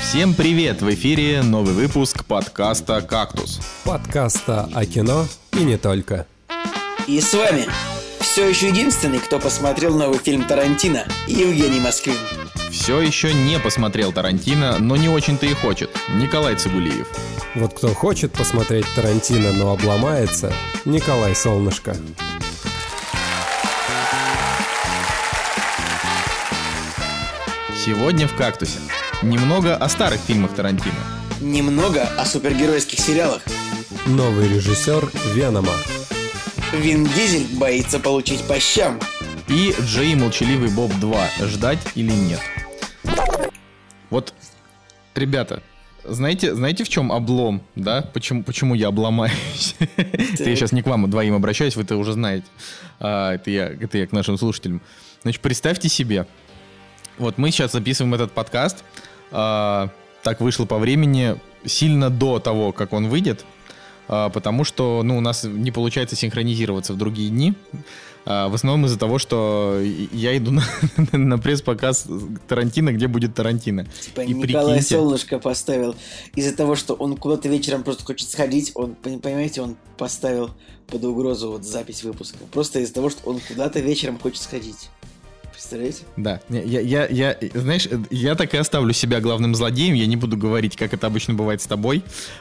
Всем привет! В эфире новый выпуск подкаста «Кактус». Подкаста о кино и не только. И с вами все еще единственный, кто посмотрел новый фильм Тарантино, Евгений Москвин. Все еще не посмотрел Тарантино, но не очень-то и хочет, Николай Цигулиев. Вот кто хочет посмотреть Тарантино, но обломается, Николай Солнышко. Сегодня в «Кактусе» немного о старых фильмах Тарантино. Немного о супергеройских сериалах. Новый режиссер Венома. Вин Дизель боится получить по щам. И Джей и Молчаливый Боб 2. Ждать или нет? Вот, ребята, знаете в чем облом, да? Почему я обломаюсь? Это я сейчас не к вам двоим обращаюсь, вы это уже знаете. Это я к нашим слушателям. Значит, представьте себе. Вот мы сейчас записываем этот подкаст. Так вышло по времени сильно до того, как он выйдет. Потому что у нас не получается синхронизироваться в другие дни. В основном из-за того, что я иду на пресс-показ Тарантино, где будет Тарантино. Типа и Николай Солнышко поставил. Из-за того, что он куда-то вечером просто хочет сходить, он, понимаете, он поставил под угрозу вот запись выпуска. Просто из-за того, что он куда-то вечером хочет сходить. Представляете? Да. Знаешь, я так и оставлю себя главным злодеем. Я не буду говорить, как это обычно бывает с тобой.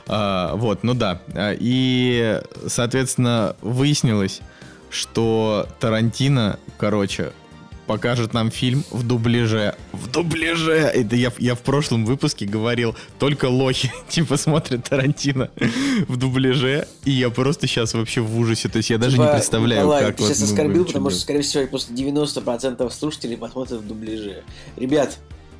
Да. И, соответственно, выяснилось, что Тарантино, покажет нам фильм в дубляже. Это я в прошлом выпуске говорил, только лохи смотрят Тарантино в дубляже, и я просто сейчас вообще в ужасе. То есть я даже не представляю, Николай, как... ты сейчас оскорбил, потому что, скорее всего, просто 90% слушателей посмотрят в дубляже. Ребят,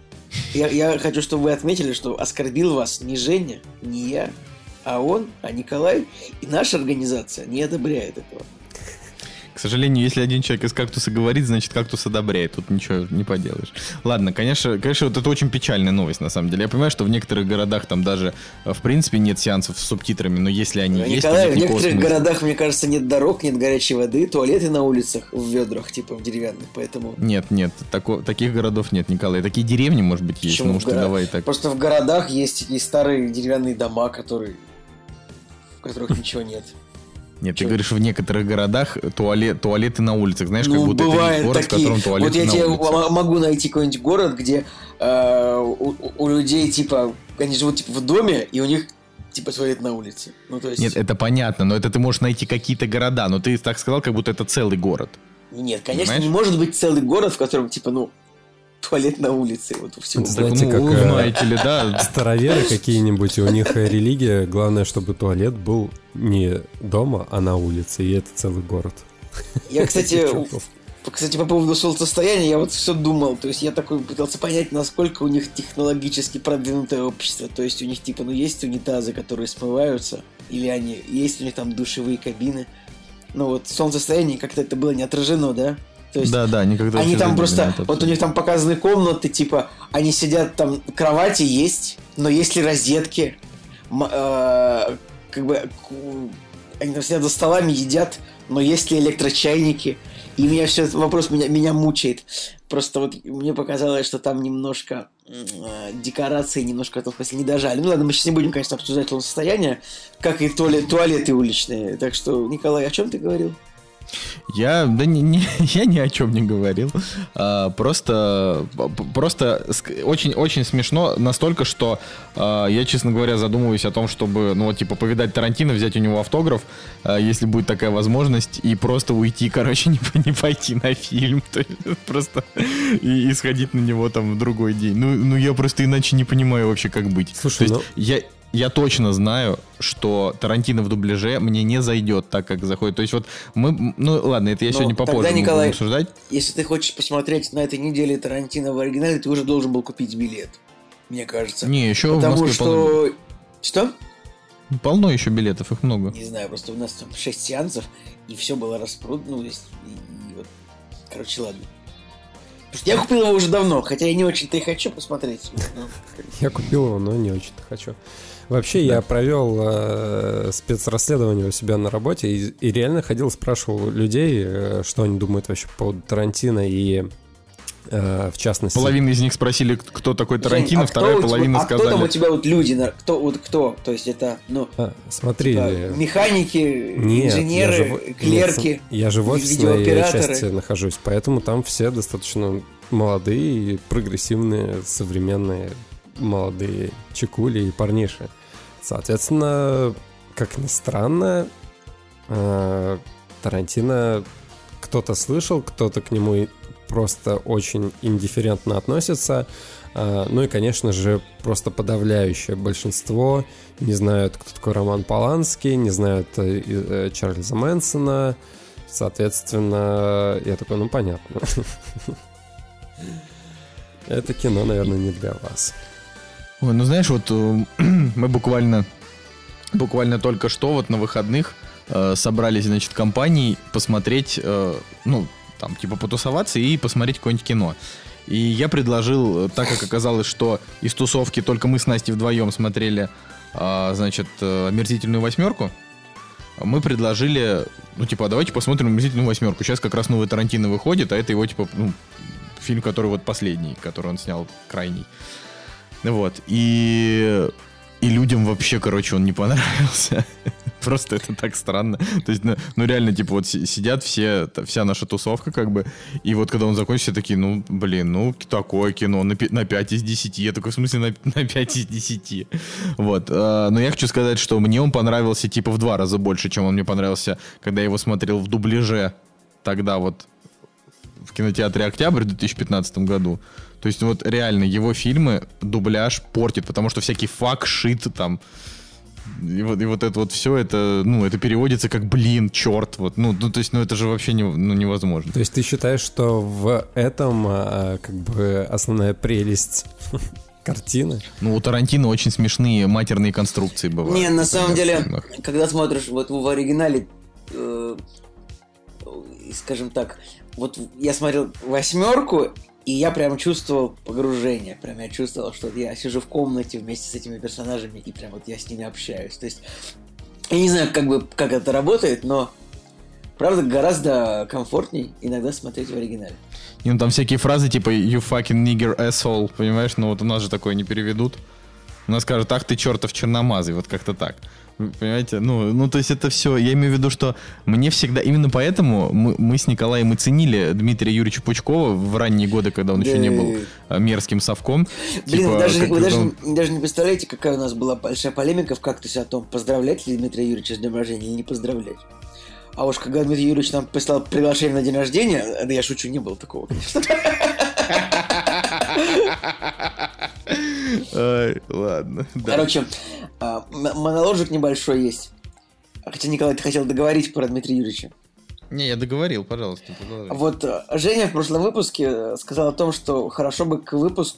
я хочу, чтобы вы отметили, что оскорбил вас не Женя, не я, а он, а Николай, и наша организация не одобряет этого. К сожалению, если один человек из «Кактуса» говорит, значит, «Кактус» одобряет. Тут ничего не поделаешь. Ладно, конечно, вот это очень печальная новость, на самом деле. Я понимаю, что в некоторых городах там даже, в принципе, нет сеансов с субтитрами, но если они есть... Николай, в некоторых городах, мне кажется, нет дорог, нет горячей воды, туалеты на улицах в ведрах, в деревянных, поэтому... Нет, таких городов нет, Николай. Такие деревни, может быть, есть. Почему? Давай так. Просто в городах есть старые деревянные дома, в которых ничего нет. Нет, ты говоришь, в некоторых городах туалеты на улицах. Знаешь, как будто это не город, такие. В котором туалеты вот на улице. Вот я тебе могу найти какой-нибудь город, где у людей, они живут в доме, и у них, туалет на улице. То есть... Нет, это понятно, но это ты можешь найти какие-то города, но ты так сказал, как будто это целый город. Нет, конечно, понимаешь? Не может быть целый город, в котором, туалет на улице. Вот всего. Это, знаете, как знаете ли, да? Староверы какие-нибудь, и у них религия, главное, чтобы туалет был не дома, а на улице, и это целый город. Я, кстати, по поводу солнцестояния, я вот все думал, то есть я такой пытался понять, насколько у них технологически продвинутое общество, то есть у них, есть унитазы, которые смываются, или есть у них там душевые кабины, солнцестояние как-то это было не отражено, да? То есть да, никогда. Они там просто, вот у них там показаны комнаты, они сидят там, кровати есть, но есть ли розетки, они там сидят за столами, едят, но есть ли электрочайники, и меня все этот вопрос меня мучает. Просто вот мне показалось, что там немножко декорации немножко в этом смысле не дожали. Ладно, мы сейчас не будем, конечно, обсуждать состояние, как и туалеты уличные. Так что, Николай, о чем ты говорил? Я ни о чем не говорил. Просто очень смешно настолько, что я, честно говоря, задумываюсь о том, чтобы, повидать Тарантино, взять у него автограф, если будет такая возможность, и просто уйти, не пойти на фильм, то есть просто и сходить на него там в другой день. Я просто иначе не понимаю вообще, как быть. Слушай, я точно знаю, что Тарантино в дубляже мне не зайдет так, как заходит. То есть вот мы... ладно, это я сегодня попозже Николай, буду обсуждать. Если ты хочешь посмотреть на этой неделе Тарантино в оригинале, ты уже должен был купить билет. Мне кажется. Не, еще потому в Москве что... полно. Что? Полно еще билетов, их много. Не знаю, просто у нас там 6 сеансов, и все было распродано. Ладно. Я купил его уже давно, хотя я не очень-то и хочу посмотреть. Я купил его, но не очень-то хочу. Вообще, я провел спецрасследование у себя на работе и реально ходил, спрашивал людей, что они думают вообще по поводу Тарантино и В частности... Половина из них спросили, кто такой Тарантино, Жень, вторая половина сказали... кто там у тебя вот люди? Кто? То есть это, смотри... Типа, механики, инженеры, клерки, я же в офисной части нахожусь, поэтому там все достаточно молодые, прогрессивные, современные, молодые чекули и парниши. Соответственно, как ни странно, Тарантино кто-то слышал, кто-то к нему просто очень индифферентно относится. Ну и, конечно же, просто подавляющее большинство не знают, кто такой Роман Поланский, не знают Чарльза Мэнсона. Соответственно, я такой, ну понятно. Это кино, наверное, не для вас. Ой, ну знаешь, вот мы буквально только что вот на выходных собрались, значит, компанией посмотреть, там, типа, потусоваться и посмотреть какое-нибудь кино. И я предложил, так как оказалось, что из тусовки только мы с Настей вдвоем смотрели, значит, «Омерзительную восьмерку», мы предложили, а давайте посмотрим «Омерзительную восьмерку». Сейчас как раз новый Тарантино выходит, а это его, фильм, который вот последний, который он снял, крайний. Вот. И людям вообще, короче, он не понравился. Просто это так странно. То есть, реально, вот сидят вся наша тусовка, как бы, и вот когда он закончится, все такие, такое кино, на 5 из 10. Я такой, в смысле, на 5 из 10? Вот. Но я хочу сказать, что мне он понравился, в 2 раза больше, чем он мне понравился, когда я его смотрел в дубляже тогда вот в кинотеатре «Октябрь» в 2015 году. То есть, вот реально, его фильмы дубляж портит, потому что всякий фак, шит там... И вот это вот все, это переводится как черт. Вот. То есть, это же вообще невозможно. То есть ты считаешь, что в этом основная прелесть картины? У Тарантино очень смешные матерные конструкции бывают. Не, на самом деле, когда смотришь вот в оригинале, скажем так, вот я смотрел «Восьмерку», и я прям чувствовал погружение. Прям я чувствовал, что я сижу в комнате вместе с этими персонажами, и прям вот я с ними общаюсь. То есть, я не знаю, как это работает, но правда гораздо комфортней иногда смотреть в оригинале. Там всякие фразы типа «You fucking nigger asshole», понимаешь? Вот у нас же такое не переведут. У нас скажут «Ах ты чертов черномазый», вот как-то так. Понимаете? То есть это все, я имею в виду, что мне всегда, именно поэтому мы с Николаем и ценили Дмитрия Юрьевича Пучкова в ранние годы, когда он еще не был мерзким совком. Блин, вы даже не представляете, какая у нас была большая полемика в «Кактусе» о том, поздравлять ли Дмитрия Юрьевича с днем рождения или не поздравлять. А уж когда Дмитрий Юрьевич нам прислал приглашение на день рождения, да я шучу, не было такого, конечно. Ой, ладно. Короче, моноложик небольшой есть. Хотя, Николай, ты хотел договорить про Дмитрия Юрьевича. Не, я договорил, пожалуйста. Вот Женя в прошлом выпуске сказал о том, что хорошо бы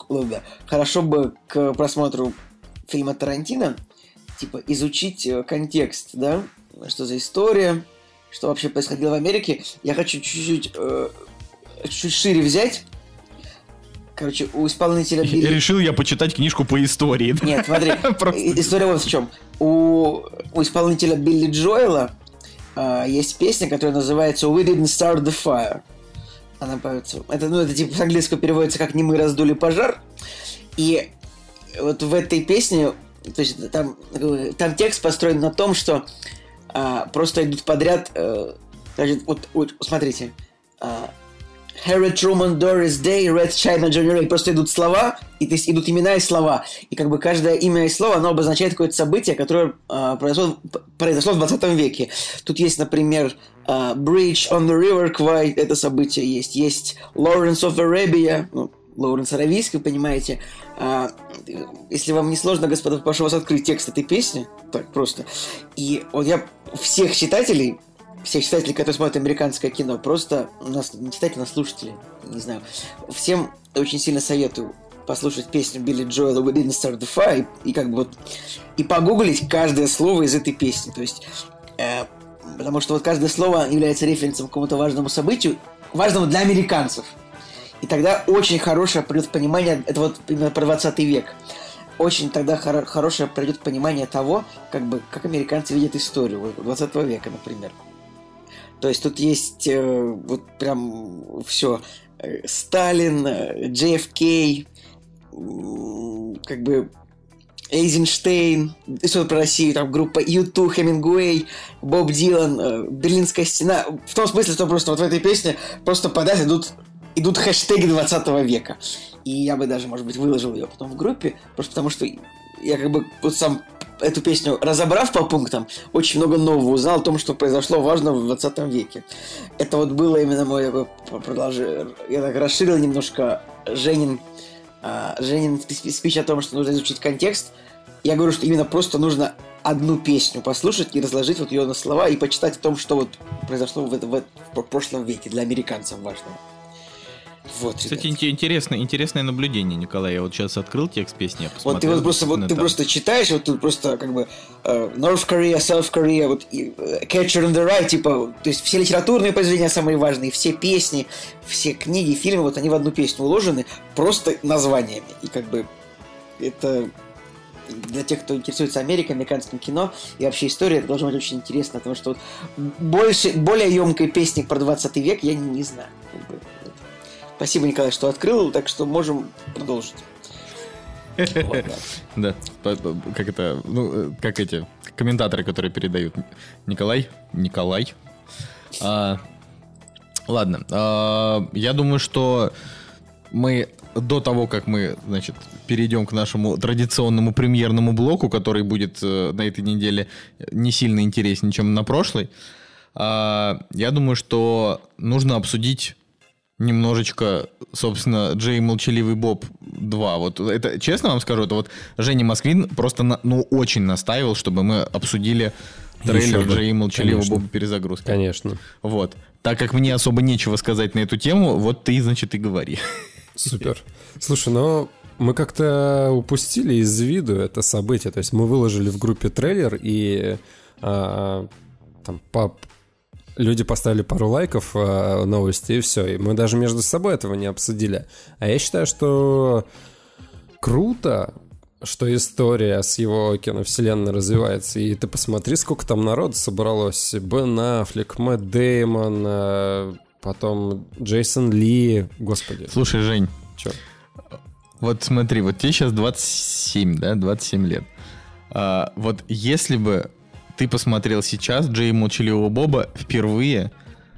к просмотру фильма Тарантино изучить контекст, да? Что за история, что вообще происходило в Америке. Я хочу чуть-чуть шире взять. Короче, у исполнителя Билли... Решил я почитать книжку по истории. Нет, смотри, история вот в чем. У исполнителя Билли Джоэла есть песня, которая называется «We didn't start the fire». Она поется... Это с английского переводится как «Не мы раздули пожар». И вот в этой песне, то есть там текст построен на том, что просто идут подряд... значит, вот смотрите... Harry Truman, Doris Day, Red China, Johnny Ray. Просто идут слова, и то есть идут имена и слова. И каждое имя и слово, оно обозначает какое-то событие, которое произошло в 20 веке. Тут есть, например, Bridge on the River Kwai, это событие есть. Есть Lawrence of Arabia, Лоуренс Аравийский, вы понимаете. Если вам не сложно, господа, прошу вас открыть текст этой песни. Так, просто. И вот я всех читателей, которые смотрят американское кино, просто не читатели, а слушатели, не знаю, всем очень сильно советую послушать песню Билли Джоэла «We didn't start the fire» и погуглить каждое слово из этой песни. То есть, потому что каждое слово является референсом к какому-то важному событию, важному для американцев. И тогда очень хорошее придет понимание, это именно про 20 век, очень тогда хорошее придет понимание того, как американцы видят историю 20 века, например. То есть тут есть прям все. Сталин, JFK, как бы Эйзенштейн, что про Россию, там группа U2, Хемингуэй, Боб Дилан, Берлинская стена. В том смысле, что просто вот в этой песне просто подряд идут хэштеги 20 века. И я бы даже, может быть, выложил ее потом в группе, просто потому что я как бы вот сам эту песню, разобрав по пунктам, очень много нового узнал о том, что произошло важно в 20 веке. Это вот было именно мой такой продолжение. Я так расширил немножко Женин спич о том, что нужно изучить контекст. Я говорю, что именно просто нужно одну песню послушать и разложить вот ее на слова и почитать о том, что вот произошло в прошлом веке для американцев важного. Вот, кстати, интересное наблюдение, Николай. Я вот сейчас открыл текст песни, я посмотрел. Вот ты просто читаешь, вот тут просто как бы North Korea, South Korea, вот Catcher in the Rye, типа, то есть все литературные произведения самые важные, все песни, все книги, фильмы, вот они в одну песню уложены просто названиями. И как бы это для тех, кто интересуется Америкой, американским кино и вообще историей, это должно быть очень интересно, потому что вот более емкой песни про 20 век я не знаю. Как бы. Спасибо, Николай, что открыл, так что можем продолжить. Да, как это, ну, как эти комментаторы, которые передают. Николай. Ладно, я думаю, что мы до того, как мы, значит, перейдем к нашему традиционному премьерному блоку, который будет на этой неделе не сильно интереснее, чем на прошлой, я думаю, что нужно обсудить немножечко, собственно, Джей Молчаливый Боб 2. Вот это, честно вам скажу, это вот Женя Москвин просто, очень настаивал, чтобы мы обсудили трейлер Джей Молчаливого Боба перезагрузки. Конечно. Вот. Так как мне особо нечего сказать на эту тему, вот ты, значит, и говори. Супер. Слушай, но мы как-то упустили из виду это событие. То есть мы выложили в группе трейлер, и там люди поставили пару лайков новости, и все. И мы даже между собой этого не обсудили. А я считаю, что круто, что история с его киновселенной развивается. И ты посмотри, сколько там народу собралось. Бен Аффлек, Мэтт Дэймон, потом Джейсон Ли. Господи. Слушай, Жень. Чё? Вот смотри, вот тебе сейчас 27, да? 27 лет. Вот если бы ты посмотрел сейчас Джей Молчаливого Боба впервые,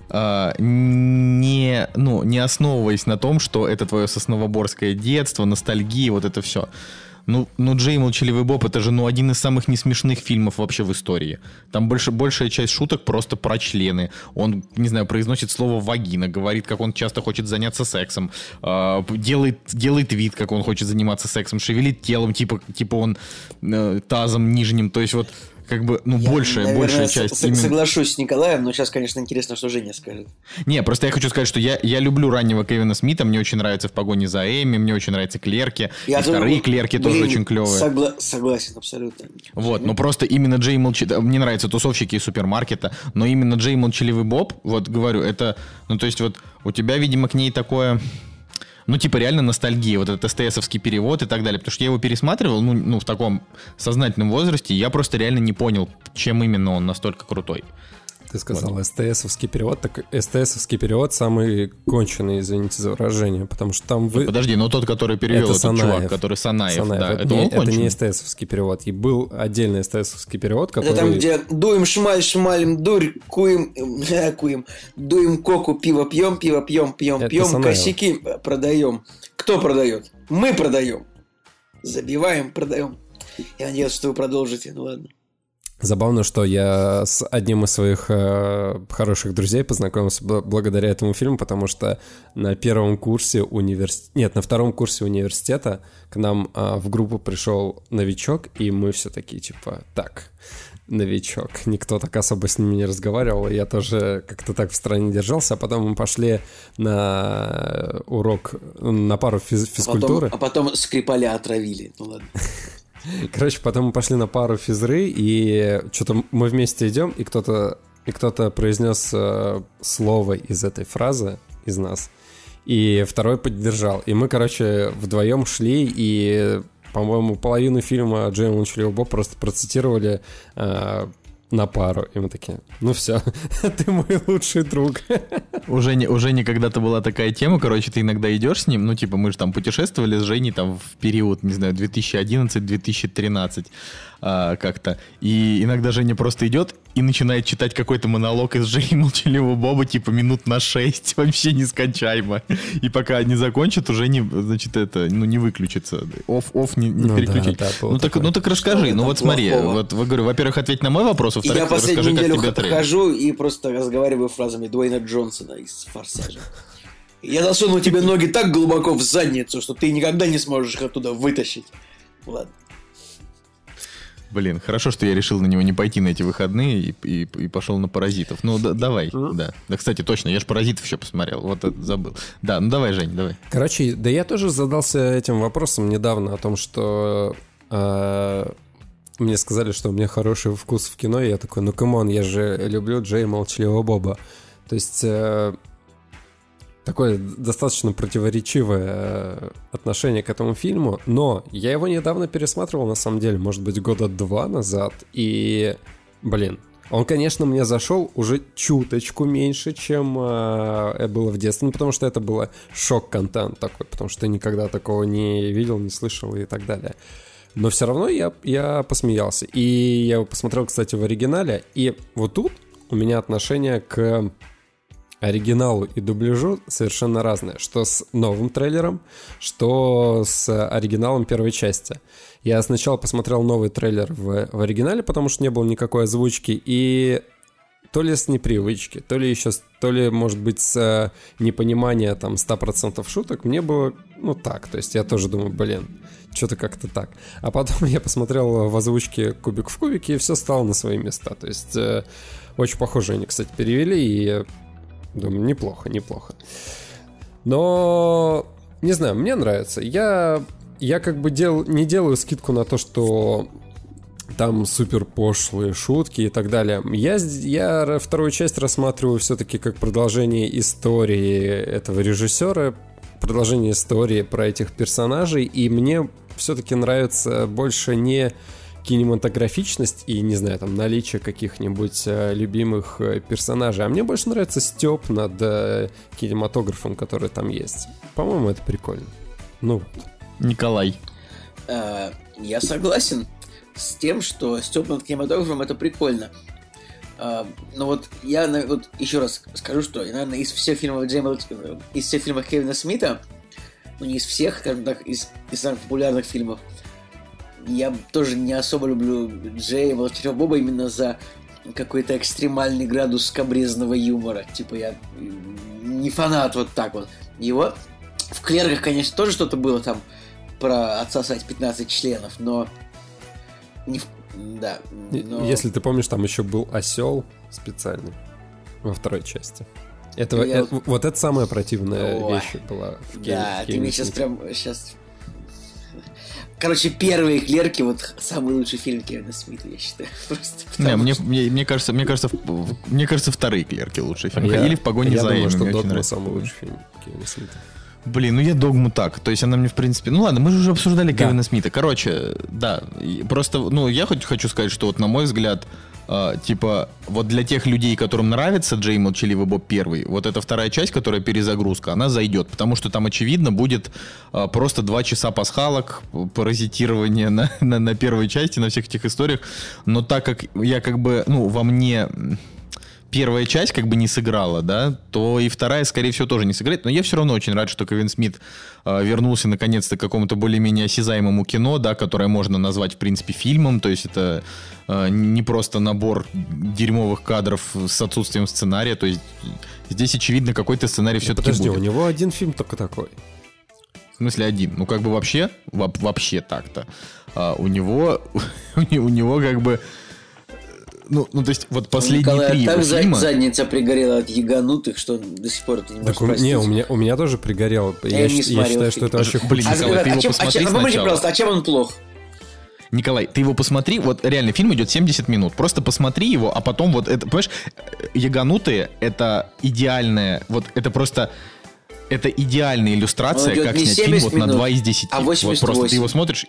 не основываясь на том, что это твое сосновоборское детство, ностальгия, вот это все. Ну, Джей Молчаливый Боб — это же, один из самых несмешных фильмов вообще в истории. Там большая часть шуток просто про члены. Он, не знаю, произносит слово «вагина», говорит, как он часто хочет заняться сексом, делает вид, как он хочет заниматься сексом, шевелит телом, типа он тазом нижним. То есть вот как бы, большая часть... Соглашусь с Николаем, но сейчас, конечно, интересно, что Женя скажет. Не, просто я хочу сказать, что я люблю раннего Кевина Смита, мне очень нравится «В погоне за Эми», мне очень нравятся «Клерки», вторые «Клерки» тоже очень клевые. Согласен, абсолютно. Вот, но просто именно Джей Молчаливый... Мне нравятся «Тусовщики» из супермаркета, но именно Джей Молчаливый Боб, вот говорю, это... то есть вот у тебя, видимо, к ней такое... реально ностальгия, вот этот СТСовский перевод и так далее. Потому что я его пересматривал, в таком сознательном возрасте, и я просто реально не понял, чем именно он настолько крутой. Ты сказал СТСовский перевод, так СТСовский перевод самый конченый, извините за выражение, потому что там вы... Подожди, тот, который перевел, это этот Санаев. Чувак, который Санаев, да, это не СТСовский перевод, и был отдельный СТСовский перевод, который... Это там, где дуем шмаль, шмалим, дурь, куем, дуем коку, пиво пьем, косяки продаем. Кто продает? Мы продаем. Забиваем, продаем. Я надеюсь, что вы продолжите, ладно. Забавно, что я с одним из своих хороших друзей познакомился благодаря этому фильму, потому что на втором курсе университета к нам в группу пришел новичок, и мы все такие, так, новичок. Никто так особо с ними не разговаривал, и я тоже как-то так в стороне держался, а потом мы пошли на урок, на пару физкультуры. А потом Скрипаля отравили, ладно. Короче, потом мы пошли на пару физры, и что-то мы вместе идем, и кто-то произнес слово из этой фразы, из нас, и второй поддержал. И мы, вдвоем шли, и, по-моему, половину фильма Джей Молчаливый Боб просто процитировали на пару. И мы такие, ну все, ты мой лучший друг. Уже не когда-то была такая тема, короче, ты иногда идешь с ним, ну, типа, мы же там путешествовали с Женей там в период, не знаю, 2011-2013 как-то, и иногда Женя просто идет и начинает читать какой-то монолог из Жени Молчаливого Боба, типа, минут на 6, вообще нескончаемо. И пока не закончат, уже не, значит, это, ну, не выключится. Офф не переключить. Да, ну так расскажи, ну вот смотри, вот, говорю, во-первых, ответь на мой вопрос, во-вторых, я последнюю расскажи, неделю как тебя хожу и просто разговариваю фразами Дуэйна Джонсона из «Форсажа». Я засуну тебе ноги так глубоко в задницу, что ты никогда не сможешь их оттуда вытащить. Ладно. Блин, хорошо, что я решил на него не пойти на эти выходные и пошел на «Паразитов». Ну, давай, да. Да, кстати, точно, я же «Паразитов» еще посмотрел, вот это забыл. Да, ну давай, Жень, давай. Короче, да я тоже задался этим вопросом недавно о том, что мне сказали, что у меня хороший вкус в кино, и я такой, ну камон, я же люблю Джей Молчаливого Боба. То есть такое достаточно противоречивое отношение к этому фильму, но я его недавно пересматривал, на самом деле, может быть, года 2 назад, и, блин, он, конечно, мне зашел уже чуточку меньше, чем было в детстве, ну, потому что это было шок-контент такой, потому что я никогда такого не видел, не слышал и так далее. Но все равно я посмеялся, и я его посмотрел, кстати, в оригинале, и вот тут у меня отношение к оригиналу и дубляжу совершенно разное. Что с новым трейлером, что с оригиналом первой части. Я сначала посмотрел новый трейлер в оригинале, потому что не было никакой озвучки, и то ли с непривычки, то ли, может быть, с непонимания там 100% шуток, мне было, ну, так. То есть я тоже думаю, блин, что-то как-то так. А потом я посмотрел в озвучке «Кубик в кубике», и все стало на свои места. То есть очень похоже они, кстати, перевели, и думаю, неплохо. Но, не знаю, мне нравится. Я как бы не делаю скидку на то, что там супер пошлые шутки и так далее. Я вторую часть рассматриваю все-таки как продолжение истории этого режиссера, продолжение истории про этих персонажей, и мне все-таки нравится больше не кинематографичность и, не знаю, там, наличие каких-нибудь любимых персонажей. А мне больше нравится стёб над кинематографом, который там есть. По-моему, это прикольно. Ну вот. Николай. Я согласен с тем, что стёб над кинематографом — это прикольно. Но вот я вот еще раз скажу, что, наверное, из всех фильмов Кевина Смита, ну не из всех, скажем так, из самых популярных фильмов, я тоже не особо люблю Джея Молчаливого Боба именно за какой-то экстремальный градус скабрезного юмора. Типа я не фанат вот так вот. Его в «Клерках», конечно, тоже что-то было там про отсосать 15 членов, но... Да, но... Если ты помнишь, там еще был осел специальный во второй части. Вот это самая противная вещь была в Кевине. Да, ты мне сейчас... Короче, первые «Клерки» вот самый лучший фильм Кевина Смита, я считаю. Не, мне кажется, вторые «Клерки» лучший фильм. Или «В погоне за Эми». Я думаю, что «Догма» самый лучший фильм Кевина Смита. Блин, ну я «Догму» так. То есть она мне, в принципе... Ну ладно, мы же уже обсуждали Кевина Смита. Короче, да. Просто, ну, я хочу сказать, что вот на мой взгляд, типа, вот для тех людей, которым нравится Джей Молчаливый Боб первый, вот эта вторая часть, которая перезагрузка, она зайдет. Потому что там, очевидно, будет просто 2 часа пасхалок, паразитирование на первой части, на всех этих историях. Но так как я как бы, ну, во мне... первая часть как бы не сыграла, да, то и вторая, скорее всего, тоже не сыграет. Но я все равно очень рад, что Кевин Смит вернулся наконец-то к какому-то более-менее осязаемому кино, да, которое можно назвать, в принципе, фильмом. То есть это не просто набор дерьмовых кадров с отсутствием сценария. То есть здесь, очевидно, какой-то сценарий все-таки будет. Подожди, у него один фильм только такой. В смысле один? Ну, как бы вообще так-то. У него как бы... Ну, то есть, вот последние Николай, 3 так фильма... задница пригорела от яганутых, что до сих пор ты не можешь простить. Не, у меня тоже пригорел. Я считаю, что это вообще... Блин, Николай, ты его посмотри сначала. Просто, а чем он плох? Николай, ты его посмотри, вот реально, фильм идет 70 минут, просто посмотри его, а потом вот это, понимаешь, «Яганутые» — это идеальная, вот это просто... Это идеальная иллюстрация, как снять фильм вот на 2 из 10. А 88. Вот просто ты его смотришь...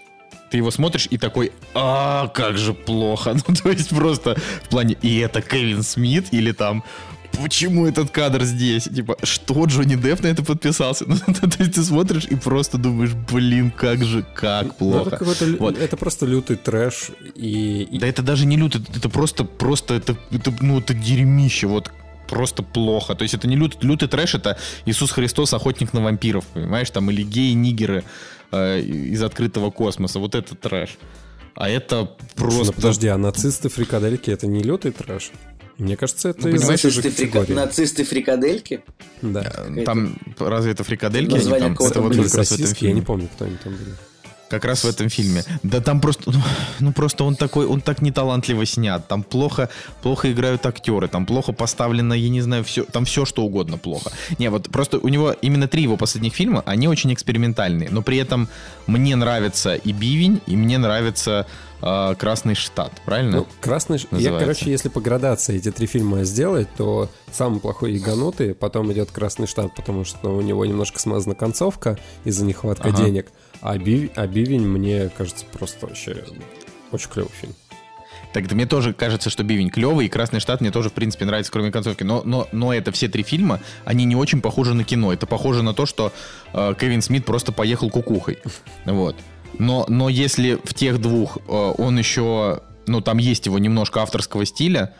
ты его смотришь и такой, как же плохо. Ну, то есть просто в плане, и это Кевин Смит, или там, почему этот кадр здесь? Типа, что Джонни Депп на это подписался? Ну, то есть ты смотришь и просто думаешь, блин, как плохо. Вот. Это просто лютый трэш. Да это даже не лютый, это просто это дерьмище, вот. Просто плохо. То есть это не лютый трэш, это Иисус Христос, охотник на вампиров, понимаешь? Там или геи-нигеры из открытого космоса. Вот это трэш. А это просто... Ну, подожди, а нацисты-фрикадельки — это не лютый трэш? Мне кажется, это нацисты-фрикадельки? Да. Там разве это фрикадельки? Название это вот как раз в этом фильме. Я не помню, кто они там были. Как раз в этом фильме. Да там просто, просто он так неталантливо снят. Там плохо играют актеры, там плохо поставлено, я не знаю, там все что угодно плохо. Не, вот просто у него именно 3 его последних фильма, они очень экспериментальные, но при этом мне нравится и «Бивень», и мне нравится «Красный штат», правильно? Ну, «Красный штат». Я, если по градации эти 3 фильма сделать, то самый плохой «Ягнутый», потом идет «Красный штат», потому что у него немножко смазана концовка из-за нехватки денег. А «Бивень», мне кажется, просто вообще очень клевый фильм. Так, мне тоже кажется, что «Бивень» клевый, и «Красный штат» мне тоже, в принципе, нравится, кроме концовки. Но это все 3 фильма, они не очень похожи на кино. Это похоже на то, что Кевин Смит просто поехал кукухой. Вот. Но если в тех 2 он еще... Ну, там есть его немножко авторского стиля,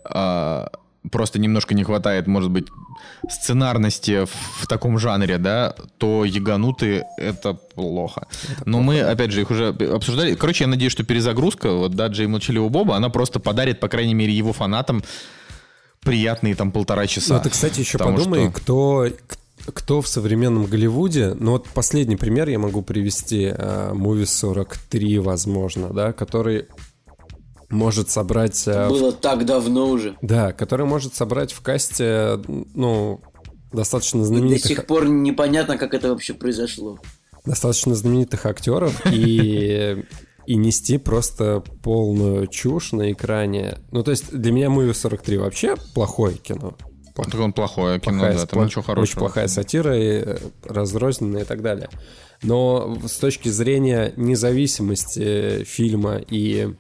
просто немножко не хватает, может быть, сценарности в таком жанре, да, то «Ягнутые» — это плохо. Но мы, опять же, их уже обсуждали. Короче, я надеюсь, что перезагрузка, вот, да, Джей и молчаливого Боба, она просто подарит, по крайней мере, его фанатам приятные там 1,5 часа. Ну, ты, кстати, еще подумай, кто в современном Голливуде, ну вот последний пример я могу привести, Movie 43, возможно, да, который может собрать... Было так давно уже. Да, который может собрать в касте, ну, достаточно знаменитых... И до сих пор непонятно, как это вообще произошло. Достаточно знаменитых актеров и нести просто полную чушь на экране. Ну, то есть для меня Movie 43 вообще плохое кино. Так он плохое кино, да, там ничего хорошего. Очень плохая сатира, и разрозненная и так далее. Но с точки зрения независимости фильма и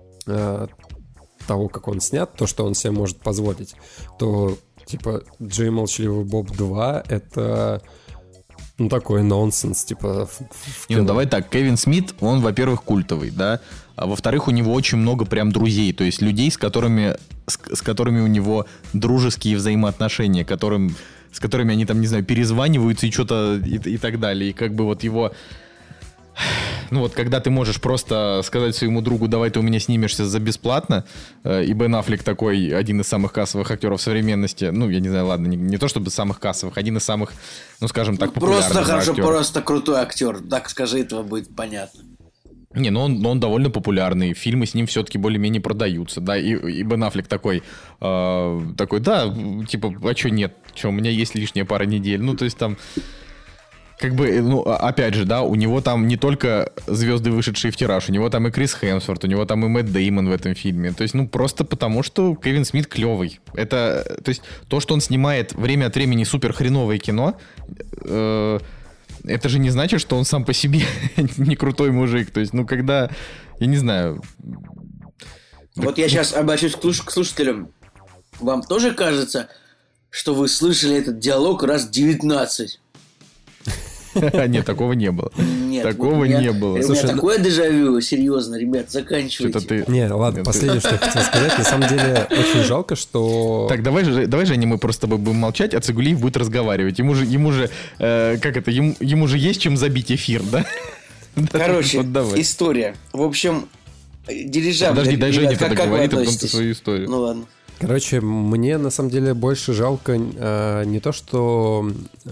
того, как он снят, то, что он себе может позволить, то, типа, Джей молчаливый Боб 2 — это, ну, такой нонсенс, типа, ну, давай так, Кевин Смит, он, во-первых, культовый, да, а во-вторых, у него очень много прям друзей, то есть людей, с которыми у него дружеские взаимоотношения, с которыми они там, не знаю, перезваниваются и что-то и так далее, и как бы вот его... Ну вот, когда ты можешь просто сказать своему другу, давай ты у меня снимешься за бесплатно, и Бен Аффлек такой, один из самых кассовых актеров современности, ну, я не знаю, ладно, не то чтобы самых кассовых, один из самых, ну, скажем так, популярных актеров. Просто хорошо, актеров. просто крутой актер, так скажи, этого будет понятно. Не, но он довольно популярный, фильмы с ним все-таки более-менее продаются, да, и Бен Аффлек такой, да, типа, а что нет, что, у меня есть лишняя пара недель, ну, то есть там... Как бы, ну, опять же, да, у него там не только звезды, вышедшие в тираж, у него там и Крис Хемсворт, у него там и Мэтт Дэймон в этом фильме. То есть, ну, просто потому, что Кевин Смит клевый. Это, то есть, то, что он снимает время от времени супер хреновое кино, это же не значит, что он сам по себе не крутой мужик. То есть, ну, когда, я не знаю... Вот я сейчас обращусь к слушателям. Вам тоже кажется, что вы слышали этот диалог раз 19? Нет, такого не было. Нет, такого не было. У меня такое дежавю, серьезно, ребят, заканчивайте. Не, ладно, последнее, что я хотел сказать, на самом деле очень жалко, что... Так, давай, Женя, мы просто с тобой будем молчать, а Цигулиев будет разговаривать. Ему же есть чем забить эфир, да? Короче, история. В общем, дирижабль... Подожди, дай Женя тогда говорит, а потом ты свою историю. Ну ладно. Короче, мне на самом деле больше жалко не то, что...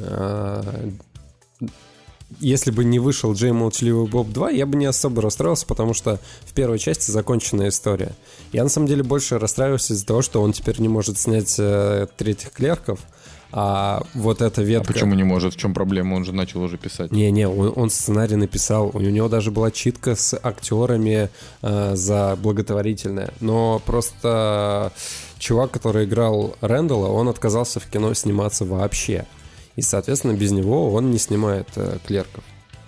Если бы не вышел Джей молчаливый Боб 2, я бы не особо расстроился, потому что в первой части законченная история. Я на самом деле больше расстраивался из-за того, что он теперь не может снять третьих клерков, а вот эта ветка... А почему не может? В чем проблема? Он же начал уже писать. Не, он сценарий написал, у него даже была читка с актерами за благотворительное, но просто чувак, который играл Рэндалла, он отказался в кино сниматься вообще. И, соответственно, без него он не снимает клерков.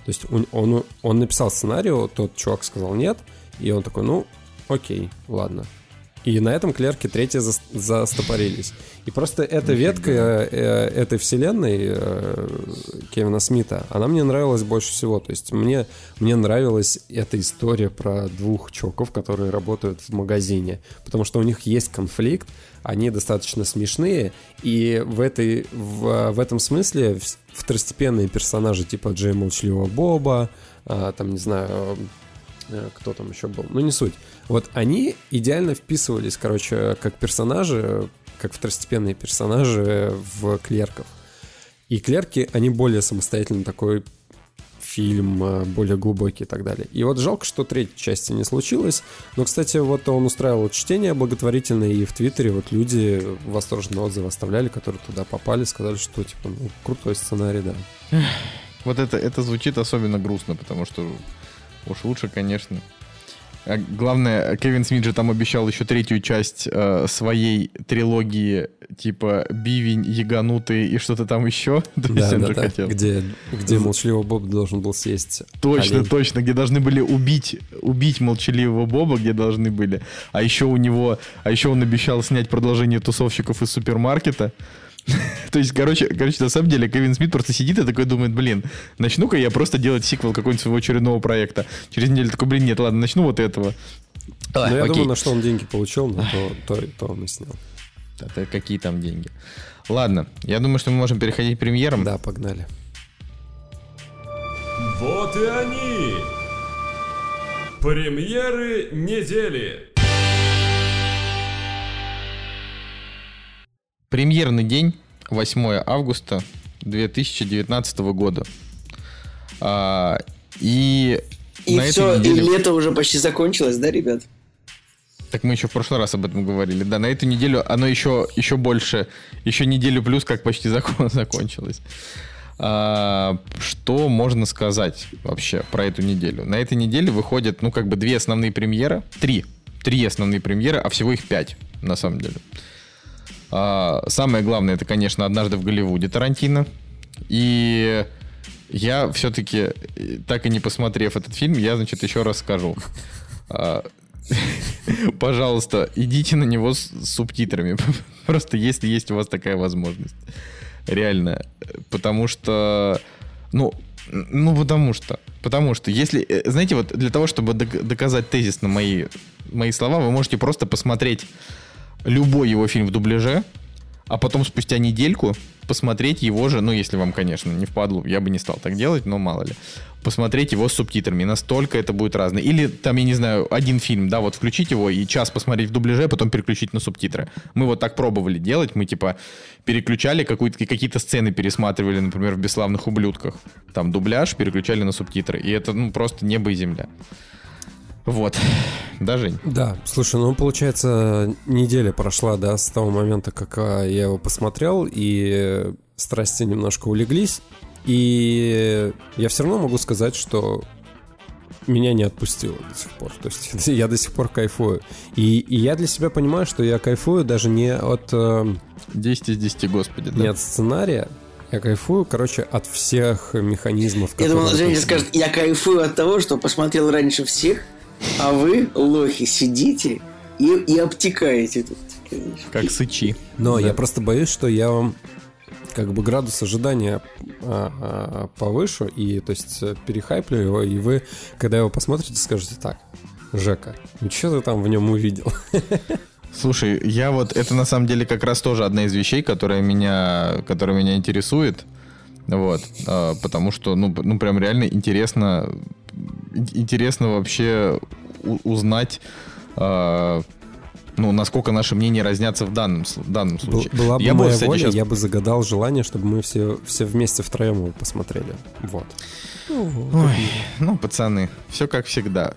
есть он написал сценарий, тот чувак сказал нет, и он такой, ну, окей, ладно. И на этом клерки третьи застопорились. И просто эта ветка этой вселенной Кевина Смита, она мне нравилась больше всего. То есть мне нравилась эта история про двух чуваков, которые работают в магазине. Потому что у них есть конфликт, они достаточно смешные. И в этом смысле второстепенные персонажи типа Джея Молчаливого Боба, там, не знаю... кто там еще был, ну не суть. Вот они идеально вписывались, короче, как персонажи, как второстепенные персонажи в «Клерков». И «Клерки», они более самостоятельный такой фильм, более глубокий и так далее. И вот жалко, что третьей части не случилось. Но, кстати, вот он устраивал чтение благотворительное, и в Твиттере вот люди восторженные отзывы оставляли, которые туда попали, сказали, что типа, ну, крутой сценарий, да. Вот это звучит особенно грустно, потому что уж лучше, конечно. А главное, Кевин Смит же там обещал еще третью часть своей трилогии, типа «Бивень, Яганутый» и что-то там еще. Да, где Молчаливый Боб должен был съесть олень. Точно, где должны были убить Молчаливого Боба, где должны были. А еще он обещал снять продолжение «Тусовщиков из супермаркета». То есть, короче, на самом деле, Кевин Смит просто сидит и такой думает, блин, начну-ка я просто делать сиквел какого-нибудь своего очередного проекта. Через неделю такой, блин, нет, ладно, начну вот этого. Ну, я думаю, на что он деньги получил, но то он и снял. Это какие там деньги? Ладно, я думаю, что мы можем переходить к премьерам. Да, погнали. Вот и они! Премьеры недели! Премьерный день, 8 августа 2019 года. И все, неделе... и лето уже почти закончилось, да, ребят? Так мы еще в прошлый раз об этом говорили. Да, на эту неделю оно еще больше, еще неделю плюс, как почти закончилось. Что можно сказать вообще про эту неделю? На этой неделе выходят, две основные премьеры. Три основные премьеры, а всего их 5, на самом деле. Самое главное, это, конечно, «Однажды в Голливуде» Тарантино. И я все-таки, так и не посмотрев этот фильм, я, еще раз скажу. Пожалуйста, идите на него с субтитрами. Просто если есть у вас такая возможность. Реально. Потому что... Потому что если... Знаете, вот для того, чтобы доказать тезисно мои слова, вы можете просто посмотреть любой его фильм в дубляже, а потом спустя недельку посмотреть его же, если вам, конечно, не впадло, я бы не стал так делать, но мало ли, посмотреть его с субтитрами, настолько это будет разное. Или там, я не знаю, один фильм, да, вот включить его и час посмотреть в дубляже, а потом переключить на субтитры. Мы вот так пробовали делать, мы переключали какие-то сцены, пересматривали, например, в «Бесславных ублюдках». Там дубляж, переключали на субтитры, и это, просто небо и земля. Вот. Да, Жень? Да, слушай, получается, неделя прошла, да, с того момента, как я его посмотрел, и страсти немножко улеглись, и я все равно могу сказать, что меня не отпустило до сих пор. То есть я до сих пор кайфую. И я для себя понимаю, что я кайфую даже не от... 10 из 10, господи. Не от сценария. Я кайфую, от всех механизмов. Я думал, Женя скажет, я кайфую от того, что посмотрел раньше всех, а вы, лохи, сидите и обтекаете тут. Как сычи. Но да. Я просто боюсь, что я вам градус ожидания повышу, и то есть перехайплю его, и вы, когда его посмотрите, скажете так: Жека, что ты там в нем увидел? Слушай, это на самом деле как раз тоже одна из вещей, которая меня интересует. Вот, потому что, прям реально интересно вообще узнать, насколько наши мнения разнятся в данном случае. Была бы моя воля, я бы загадал желание, чтобы мы все вместе втроем его посмотрели. Вот. Ой, пацаны, все как всегда.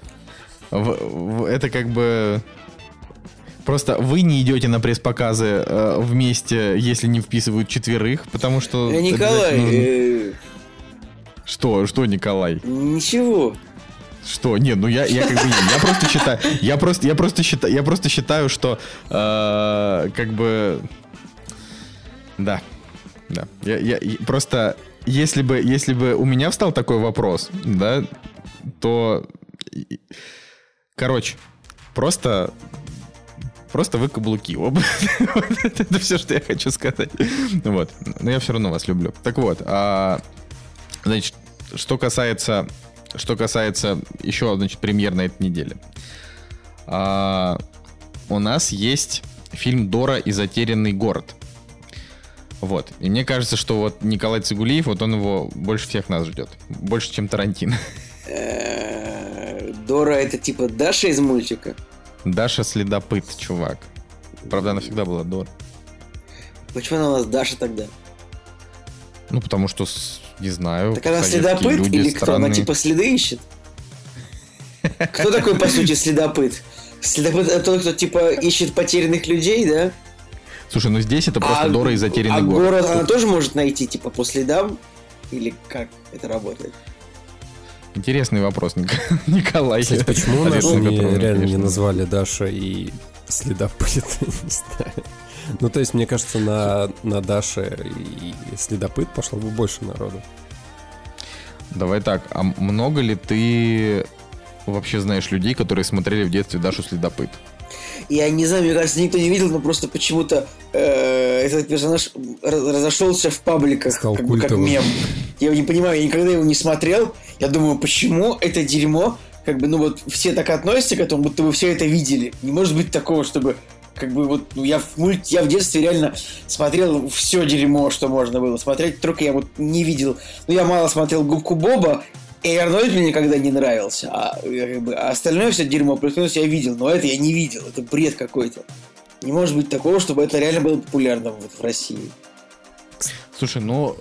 Это просто вы не идете на пресс-показы вместе, если не вписывают 4, потому что... Николай... Что, Николай? Ничего. Что? Нет, я просто считаю, что да. Я просто если бы у меня встал такой вопрос, да, то... Короче, просто вы каблуки оба. Это все, что я хочу сказать. Вот. Но я все равно вас люблю. Так вот, значит, что касается еще, значит, премьер на этой неделе. У нас есть фильм «Дора и затерянный город». Вот. И мне кажется, что вот Николай Цигулиев, вот он его больше всех нас ждет. Больше, чем Тарантино. Дора — это типа Даша из мультика? Даша следопыт, чувак. Правда, она всегда была Дора. Почему она у нас Даша тогда? Ну, потому что, не знаю... Так она следопыт или кто? Она типа следы ищет? Кто такой, по сути, следопыт? Следопыт — это тот, кто типа ищет потерянных людей, да? Слушай, ну здесь это просто Дора и затерянный город. А город она тоже может найти, типа, по следам? Или как это работает? Интересный вопрос, Николай. Кстати, почему нас реально не назвали Даша и следопыт? Не знаю. Ну, то есть, мне кажется, на Даше и следопыт пошло бы больше народу. Давай так, а много ли ты вообще знаешь людей, которые смотрели в детстве Дашу следопыт? Я не знаю, мне кажется, никто не видел, но просто почему-то этот персонаж разошелся в пабликах, как мем. Я не понимаю, я никогда его не смотрел. Я думаю, почему это дерьмо, все так относятся к этому, будто бы все это видели. Не может быть такого, чтобы я в детстве реально смотрел все дерьмо, что можно было смотреть, только я вот не видел. Я мало смотрел «Губку Боба», и Арнольд мне никогда не нравился, а остальное все дерьмо плюс-минус я видел, но это я не видел, это бред какой-то. Не может быть такого, чтобы это реально было популярным в России. Слушай,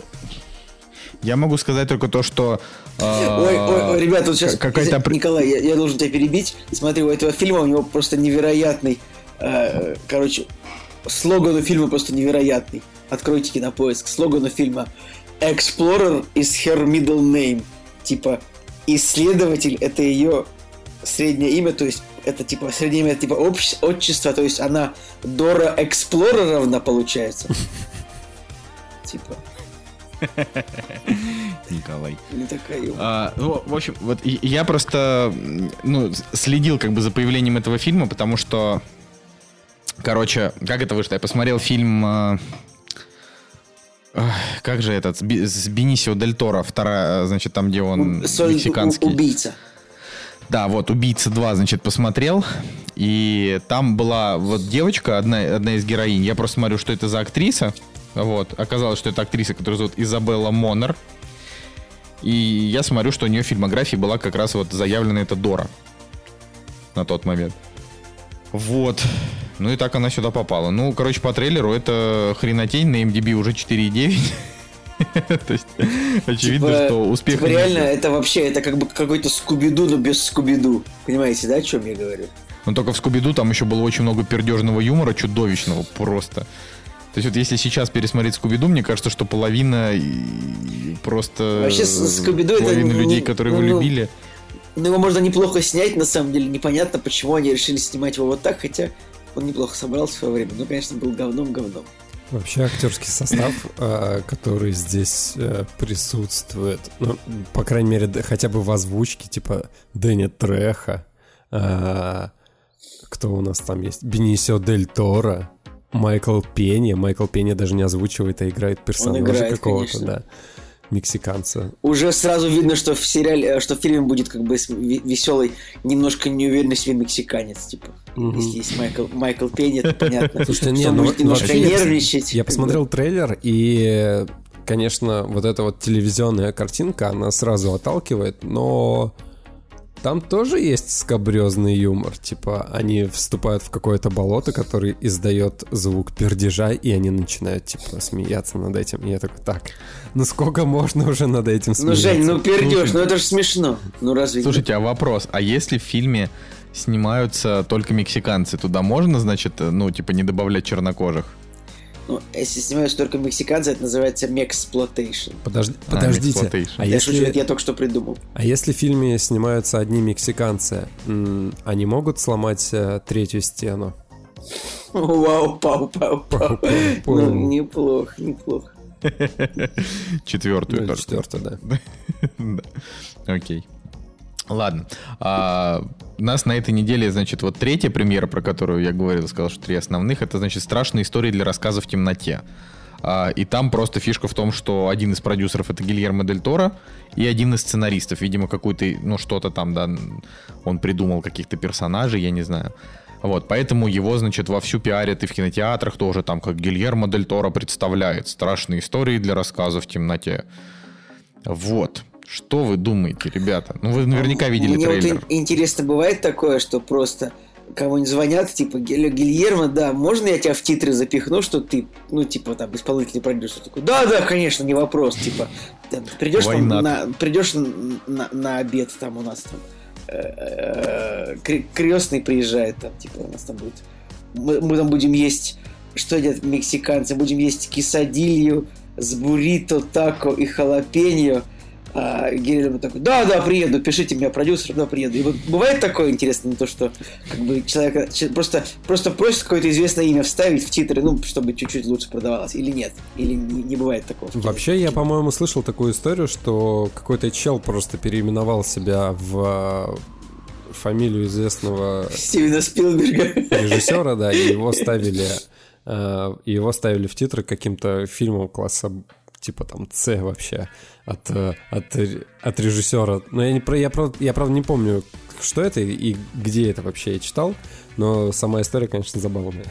я могу сказать только то, что... Ой, ребята, вот сейчас... Николай, я должен тебя перебить. Смотри, у этого фильма у него просто невероятный... слоган у фильма просто невероятный. Откройте Кинопоиск. Слоган у фильма «Explorer is her middle name». Типа, исследователь — это ее среднее имя, то есть это типа среднее имя, типа отчество, то есть она Дора Эксплореровна получается. Типа. Николай. Не такая. В общем, вот я просто следил за появлением этого фильма, потому что, короче, как это вышло? Я посмотрел фильм... Как же этот? С Бенисио Дель Торо. Вторая, значит, там, где он мексиканский. Убийца. Да, вот, «Убийца 2», значит, посмотрел. И там была вот девочка, одна из героинь. Я просто смотрю, что это за актриса. Вот. Оказалось, что это актриса, которую зовут Изабелла Монер. И я смотрю, что у нее в фильмографии была как раз вот заявлена эта Дора. На тот момент. Вот. Ну и так она сюда попала. Короче, по трейлеру это хренотень, на MDB уже 4,9. То есть, очевидно, что успех... реально, это вообще, это как бы какой-то Скуби-Ду, но без Скуби-Ду. Понимаете, да, о чем я говорю? Только в Скуби-Ду там еще было очень много пердежного юмора, чудовищного просто. То есть вот если сейчас пересмотреть Скуби-Ду, мне кажется, что половина просто... Вообще, Скуби-Ду это... Половина людей, которые его любили... его можно неплохо снять, на самом деле. Непонятно, почему они решили снимать его вот так, хотя он неплохо собрался в свое время. Конечно, был говном. Вообще актерский состав, который здесь присутствует, по крайней мере, хотя бы в озвучке, типа Дэнни Трехо, кто у нас там есть? Бенисио Дель Торо, Майкл Пенья. Майкл Пенья даже не озвучивает, а играет персонажа какого-то, конечно. Да. Мексиканца. Уже сразу видно, что в сериале, что в фильме будет как бы веселый, немножко неуверенный в себе мексиканец, типа. Если есть Майкл Пенья, это понятно. Слушайте, что он будет немножко нервничать. Я посмотрел трейлер, и, конечно, вот эта вот телевизионная картинка, она сразу отталкивает, но там тоже есть скабрёзный юмор. Типа, они вступают в какое-то болото, которое издает звук пердежа, и они начинают, типа, смеяться над этим. И я такой, так, сколько можно уже над этим смеяться? Жень, пердеж, это же смешно. Разве... Слушайте, а вопрос, а если в фильме снимаются только мексиканцы, туда можно, значит, не добавлять чернокожих? Если снимаются только мексиканцы, это называется мексплотейшн. Подождите. Я только что придумал. А если в фильме снимаются одни мексиканцы, они могут сломать третью стену? Вау, пау. Неплохо. Четвертую. Ну, четвертую, да. Окей. Ладно. У нас на этой неделе, значит, вот третья премьера, про которую я говорил, сказал, что 3 основных, это, значит, страшные истории для рассказа в темноте. И там просто фишка в том, что один из продюсеров — это Гильермо Дель Торо, и один из сценаристов, видимо, какой-то, ну, что-то там, да, он придумал каких-то персонажей, я не знаю. Вот, поэтому его, значит, вовсю пиарят и в кинотеатрах тоже, там, как Гильермо Дель Торо представляет страшные истории для рассказа в темноте. Вот. Что вы думаете, ребята? Ну, вы наверняка видели трейлер. Вот интересно, бывает такое, что просто кому-нибудь звонят, типа, Гильермо, да, можно я тебя в титры запихну, что ты, ну, типа, там, исполнительный продюсер такой, да, конечно, не вопрос, типа, придешь на обед, там, у нас там, крестный приезжает, там, типа, у нас там будет, мы там будем есть, что едят мексиканцы, будем есть кесадилью с буррито, тако и халапеньо. Гильермо такой, да, приеду, пишите меня продюсером, да, приеду. И вот бывает такое интересно, не то, что как бы человека просто просит какое-то известное имя вставить в титры, ну, чтобы чуть-чуть лучше продавалось, или нет, или не бывает такого. Вообще, я, по-моему, слышал такую историю, что какой-то чел просто переименовал себя в фамилию известного Стивена Спилберга режиссера, да, и его ставили в титры каким-то фильмом класса типа там С вообще от режиссера. Но я правда не помню, что это и где это вообще я читал, но сама история, конечно, забавная.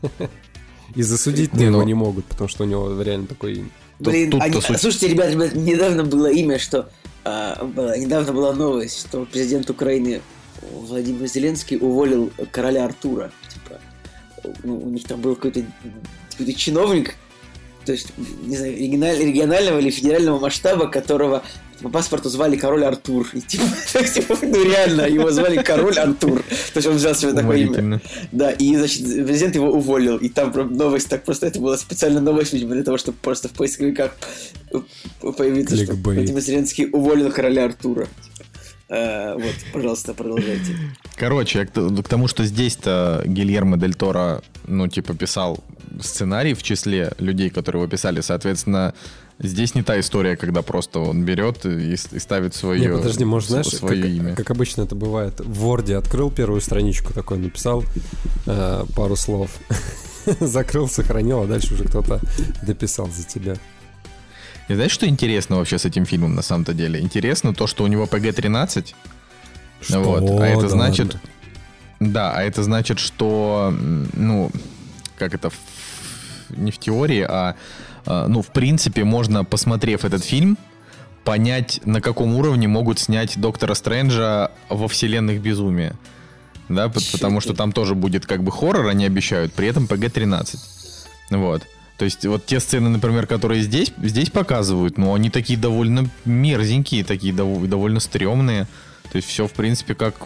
И засудить его не могут, потому что у него реально такое имя. Блин, слушайте, ребят, недавно было имя, что недавно была новость, что президент Украины Владимир Зеленский уволил короля Артура. Типа, ну, у них там был какой-то чиновник, то есть, не знаю, регионального или федерального масштаба, которого по паспорту звали король Артур. И, типа, ну реально, его звали король Артур. То есть он взял себе такое имя. Да, и, значит, президент его уволил. И там новость, так просто это была специальная новость, видимо, для того, чтобы просто в поисковиках появиться, что Владимир Зеленский уволил короля Артура. Вот, пожалуйста, продолжайте. Короче, к тому, что здесь-то Гильермо Дель Торо, ну, типа, писал сценарий в числе людей, которые его писали, соответственно, здесь не та история, когда просто он берет и ставит свое, подожди, может, знаешь, свое имя. Как обычно это бывает, в Word открыл первую страничку, такой написал пару слов, закрыл, сохранил, а дальше уже кто-то дописал за тебя. И знаешь, что интересно вообще с этим фильмом на самом-то деле? Интересно то, что у него PG-13. Что? Вот. А это значит... Ладно. Да, а это значит, что... Ну, как это... Не в теории, а... Ну, в принципе, можно, посмотрев этот фильм, понять, на каком уровне могут снять Доктора Стрэнджа во вселенных безумия. Да, потому что там тоже будет как бы хоррор, они обещают, при этом PG-13. Вот. То есть вот те сцены, например, которые здесь показывают, ну, они такие довольно мерзенькие, такие довольно стрёмные. То есть все, в принципе, как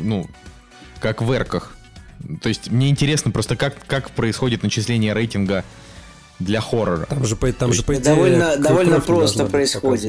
в эрках. То есть мне интересно просто, как происходит начисление рейтинга для хоррора. Там же по идее... Довольно просто происходит.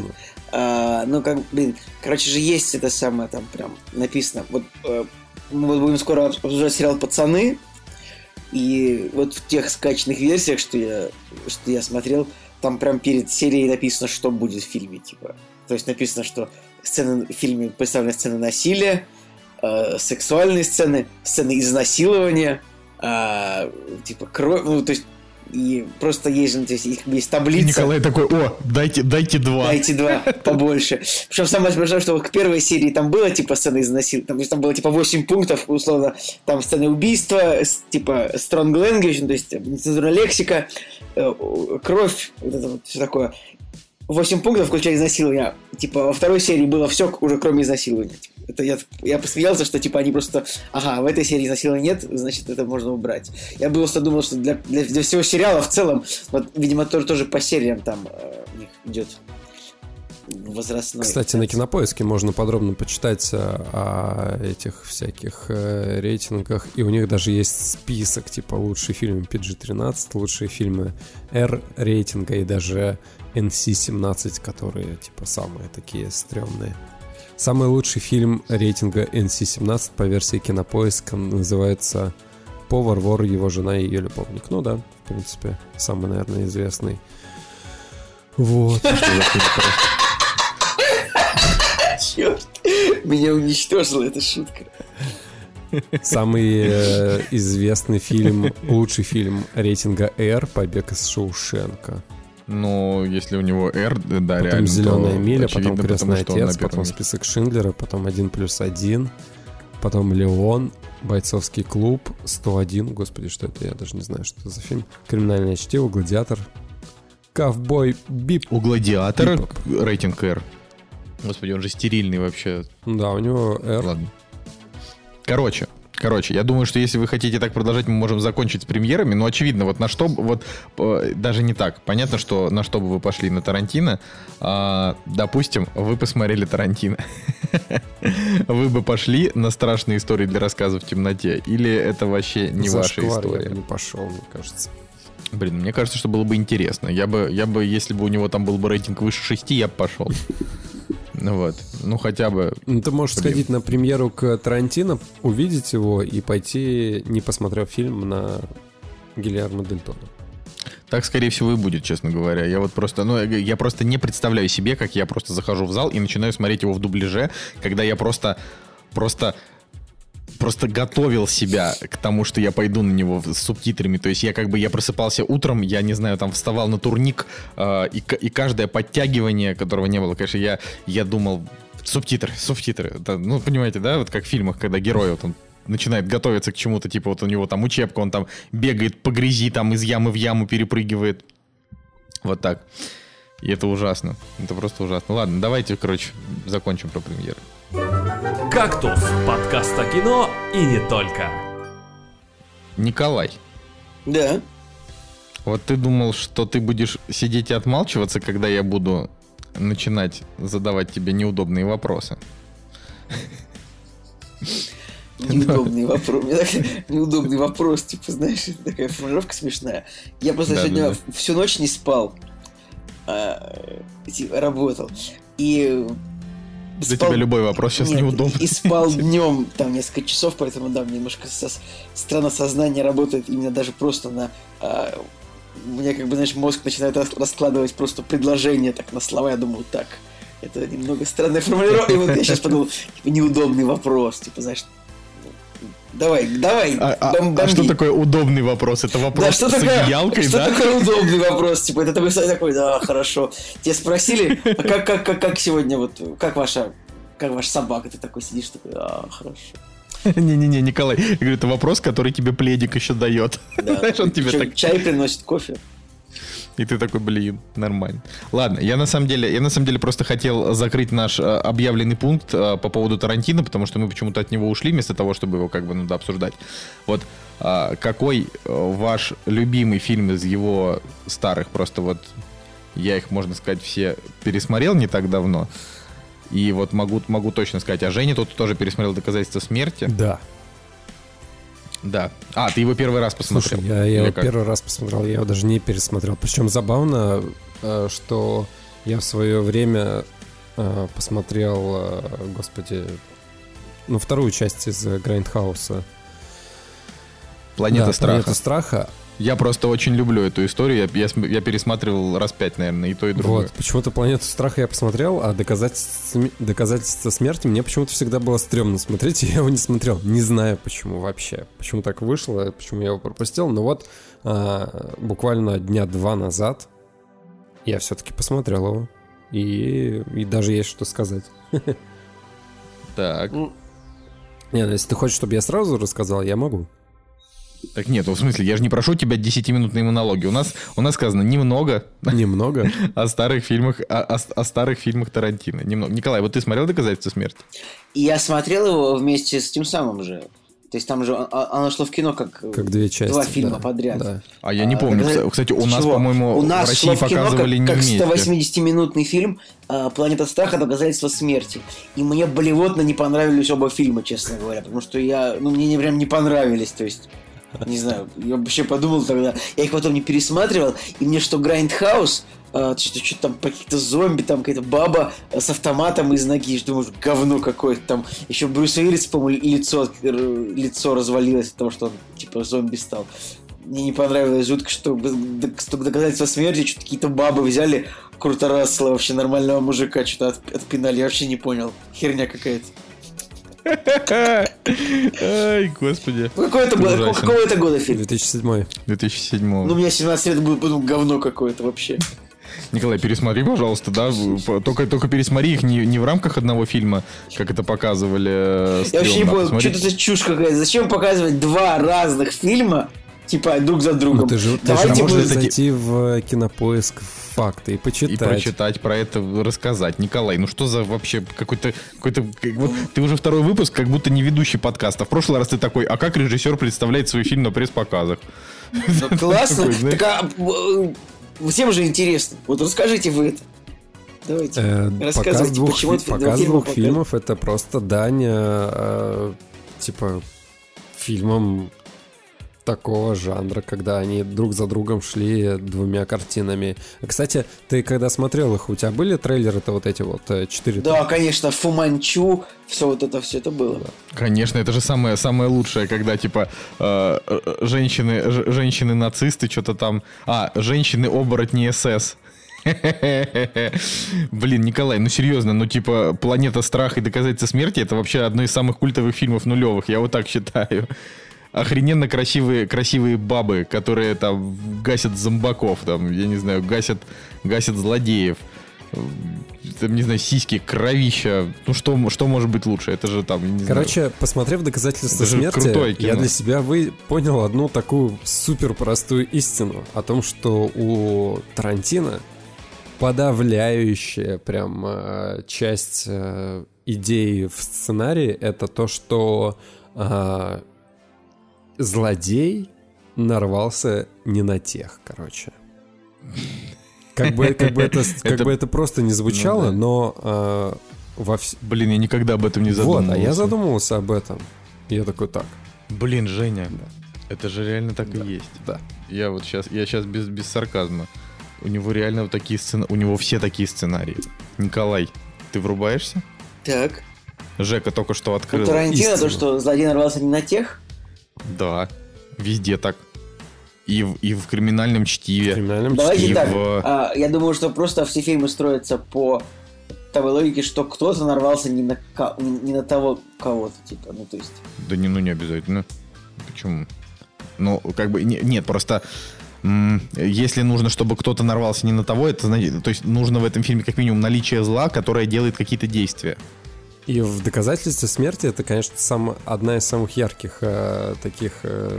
Короче же есть это самое, там прям написано. Вот мы будем скоро обсуждать сериал «Пацаны». И вот в тех скачанных версиях, что я смотрел, там прям перед серией написано, что будет в фильме, типа. То есть написано, что в фильме представлены сцены насилия, сексуальные сцены, сцены изнасилования, типа кровь, ну то есть и просто есть же, то есть таблица. И Николай такой, дайте 2. Дайте 2, побольше. Причем самое смешное, что к первой серии там было типа сцена изнасилования, там было типа 8 пунктов, условно, там сцены убийства, типа strong language, то есть нецензурная лексика, кровь, вот это вот все такое. 8 пунктов, включая изнасилование. Типа во второй серии было все уже кроме изнасилования. Это я посмеялся, что типа они просто... Ага, в этой серии изнасилования нет, значит, это можно убрать. Я просто думал, что для всего сериала в целом, вот, видимо, тоже по сериям там у них идет возрастной. Кстати, на Кинопоиске можно подробно почитать о этих всяких рейтингах. И у них даже есть список, типа лучшие фильмы PG-13, лучшие фильмы R-рейтинга и даже NC-17, которые типа самые такие стрёмные. Самый лучший фильм рейтинга NC-17 по версии Кинопоиска называется «Повар, вор, его жена и ее любовник». Ну да, в принципе, самый, наверное, известный. Вот. Черт, меня уничтожила эта шутка. Самый известный фильм, лучший фильм рейтинга R «Побег из Шоушенка». Ну, если у него R, да, потом реально. «Зеленая миля», очевидно, потом «Крестный потому что он отец», на первом потом месте. «Список Шиндлера», потом «1+1», потом «Леон», «Бойцовский клуб», «101», господи, что это, я даже не знаю, что это за фильм, «Криминальное чтиво», «Гладиатор», «Ковбой Бип». У «Гладиатора» Бипоп. рейтинг R. Господи, он же стерильный вообще. Да, у него R. Ладно. Короче, я думаю, что если вы хотите так продолжать, мы можем закончить с премьерами, но очевидно, вот на что, вот даже не так. Понятно, что на что бы вы пошли на Тарантино. Допустим, вы посмотрели Тарантино. Вы бы пошли на страшные истории для рассказа в темноте? Или это вообще не ваша Зашквар история? я бы не пошел, мне кажется. Блин, мне кажется, что было бы интересно. Я бы, если бы у него там был бы рейтинг выше 6, я бы пошел. Ну вот, ну хотя бы... Ну, ты можешь Блин. сходить на премьеру к Тарантино, увидеть его и пойти, не посмотрев фильм, на Гильермо дель Торо. Так, скорее всего, и будет, честно говоря. Я вот просто, я просто не представляю себе, как я просто захожу в зал и начинаю смотреть его в дубляже, когда я просто готовил себя к тому, что я пойду на него с субтитрами. То есть я просыпался утром, я не знаю, там вставал на турник, и каждое подтягивание, которого не было, конечно, я думал, субтитры. Это, ну, понимаете, да, вот как в фильмах, когда герой вот он начинает готовиться к чему-то, типа вот у него там учебка, он там бегает по грязи, там из ямы в яму перепрыгивает. Вот так. И это ужасно. Это просто ужасно. Ладно, давайте, короче, закончим про премьеры. «Кактус» — подкаст о кино и не только. Николай, Да. вот ты думал, что ты будешь сидеть и отмалчиваться, когда я буду начинать задавать тебе неудобные вопросы? Неудобный вопрос. У меня так неудобный вопрос, типа, знаешь, это такая формулировка смешная. Я просто Да, сегодня да. всю ночь не спал. Работал. И Для тебя любой вопрос сейчас Нет, неудобный. И спал днем там несколько часов, поэтому да, немножко странно сознание работает именно даже просто на... у меня как бы, знаешь, мозг начинает раскладывать просто предложения так на слова. Я думаю, так, это немного странная формулировка. И вот я сейчас подумал, типа, неудобный вопрос, типа, знаешь, давай, А что такое удобный вопрос? Это вопрос да, что с такое, одеялкой, что да? такое удобный вопрос? Типа, это такой, да, хорошо. Тебя спросили, а как сегодня, вот, как ваша собака? Ты такой сидишь, такой, хорошо. Не-не-не, Николай, я говорю, это вопрос, который тебе пледик еще дает. Да. Знаешь, он тебе так... Чай приносит, кофе. И ты такой, блин, нормально. Ладно, я на самом деле просто хотел закрыть наш объявленный пункт по поводу Тарантино, потому что мы почему-то от него ушли, вместо того, чтобы его как бы надо обсуждать. Вот какой ваш любимый фильм из его старых? Просто вот я их, можно сказать, все пересмотрел не так давно. И вот могу точно сказать, а Женя тут тоже пересмотрел «Доказательства смерти». Да. Да. А, ты его первый раз посмотрел? Слушай, я Или его как? первый раз посмотрел, я его даже не пересмотрел. Причем забавно, что я в свое время посмотрел, господи, вторую часть из Грайндхауса. «Планета Да, страха». «Планета страха». Я просто очень люблю эту историю. Я пересматривал раз 5, наверное, и то, и другое. Вот, почему-то «Планету страха» я посмотрел, а «Доказательства смерти» мне почему-то всегда было стрёмно смотреть, и я его не смотрел. Не знаю почему вообще. Почему так вышло, почему я его пропустил. Но вот буквально дня 2 назад я все-таки посмотрел его. И даже есть что сказать. Так. Не, ну если ты хочешь, чтобы я сразу рассказал, я могу. Так нет, в смысле, я же не прошу тебя 10-минутные монологи. У нас сказано немного Немного. о старых фильмах Тарантино. Немного. Николай, вот ты смотрел «Доказательства смерти»? И я смотрел его вместе с тем самым же. То есть там же оно шло в кино как 2 части. 2 фильма да, подряд. Да. А я не помню. Кстати, у нас, Чего? по-моему, у нас в России шло в кино показывали не как вместе. 180-минутный фильм «Планета страха. Доказательства смерти». И мне болевотно не понравились оба фильма, честно говоря. Потому что мне прям не понравились. То есть, не знаю, я вообще подумал тогда. Я их потом не пересматривал. И мне что Грайндхаус, что-то там про каких-то зомби, там какая-то баба с автоматом из ноги. Думаю, говно какое-то там. Еще Брюс Уиллис, по-моему, лицо развалилось от того, что он типа зомби стал. мне не понравилось жутко, что доказательства смерти, что-то какие-то бабы взяли Курта Рассела, вообще нормального мужика, что-то отпинали. Я вообще не понял. Херня какая-то. Ай, господи. Какого это года фильм? 2007. 2007. Ну, у меня 17 лет будет, потом говно какое-то вообще. Николай, пересмотри, пожалуйста, да? Только пересмотри их не в рамках одного фильма, как это показывали. Я вообще не понял, что это за чушь какая-то. Зачем показывать два разных фильма, типа, друг за другом? Ну, ты же можешь зайти в Кинопоиск, факты и почитать. И прочитать про это, рассказать. Николай, ну что за вообще какой-то... Вот ты уже второй выпуск, как будто не ведущий подкаста. В прошлый раз ты такой, а как режиссер представляет свой фильм на пресс-показах? Классно. Всем же интересно. Вот расскажите вы это. Давайте. Рассказывайте, почему это показ двух фильмов — это просто дань типа фильмам такого жанра, когда они друг за другом шли двумя картинами. Кстати, ты когда смотрел их, у тебя были трейлеры-то вот эти вот 4? Да, конечно, Фу Манчу, все это было. Конечно, это же самое лучшее, когда типа женщины-нацисты что-то там... женщины-оборотни СС. Блин, Николай, ну серьезно, ну типа «Планета страха и доказательства смерти» — это вообще одно из самых культовых фильмов нулевых, я вот так считаю. Охрененно красивые бабы, которые там гасят зомбаков, там, я не знаю, гасят злодеев. Там, не знаю, сиськи, кровища. Ну что может быть лучше? Это же там, не знаю. Посмотрев «Доказательства смерти», я для себя понял одну такую супер простую истину о том, что у Тарантино подавляющая прям часть идей в сценарии — это то, что злодей нарвался не на тех, короче. Как бы это просто не звучало, но Блин, я никогда об этом не задумывался. Вот, а я задумывался об этом. Я такой, так. Блин, Женя, это же реально так и есть. Да. Я сейчас без сарказма. У него реально вот такие сценарии. У него все такие сценарии. Николай, ты врубаешься? Так. Жека только что открыл. У Тарантино то, что злодей нарвался не на тех? Да, везде так. И в «Криминальном чтиве». Давайте так. Я думаю, что просто все фильмы строятся по той логике, что кто-то нарвался не на того кого-то, типа, ну то есть. Да не обязательно. Почему? Ну, как бы, нет, просто если нужно, чтобы кто-то нарвался не на того, это, то есть нужно в этом фильме как минимум наличие зла, которое делает какие-то действия. И в «Доказательстве смерти» это, конечно, одна из самых ярких таких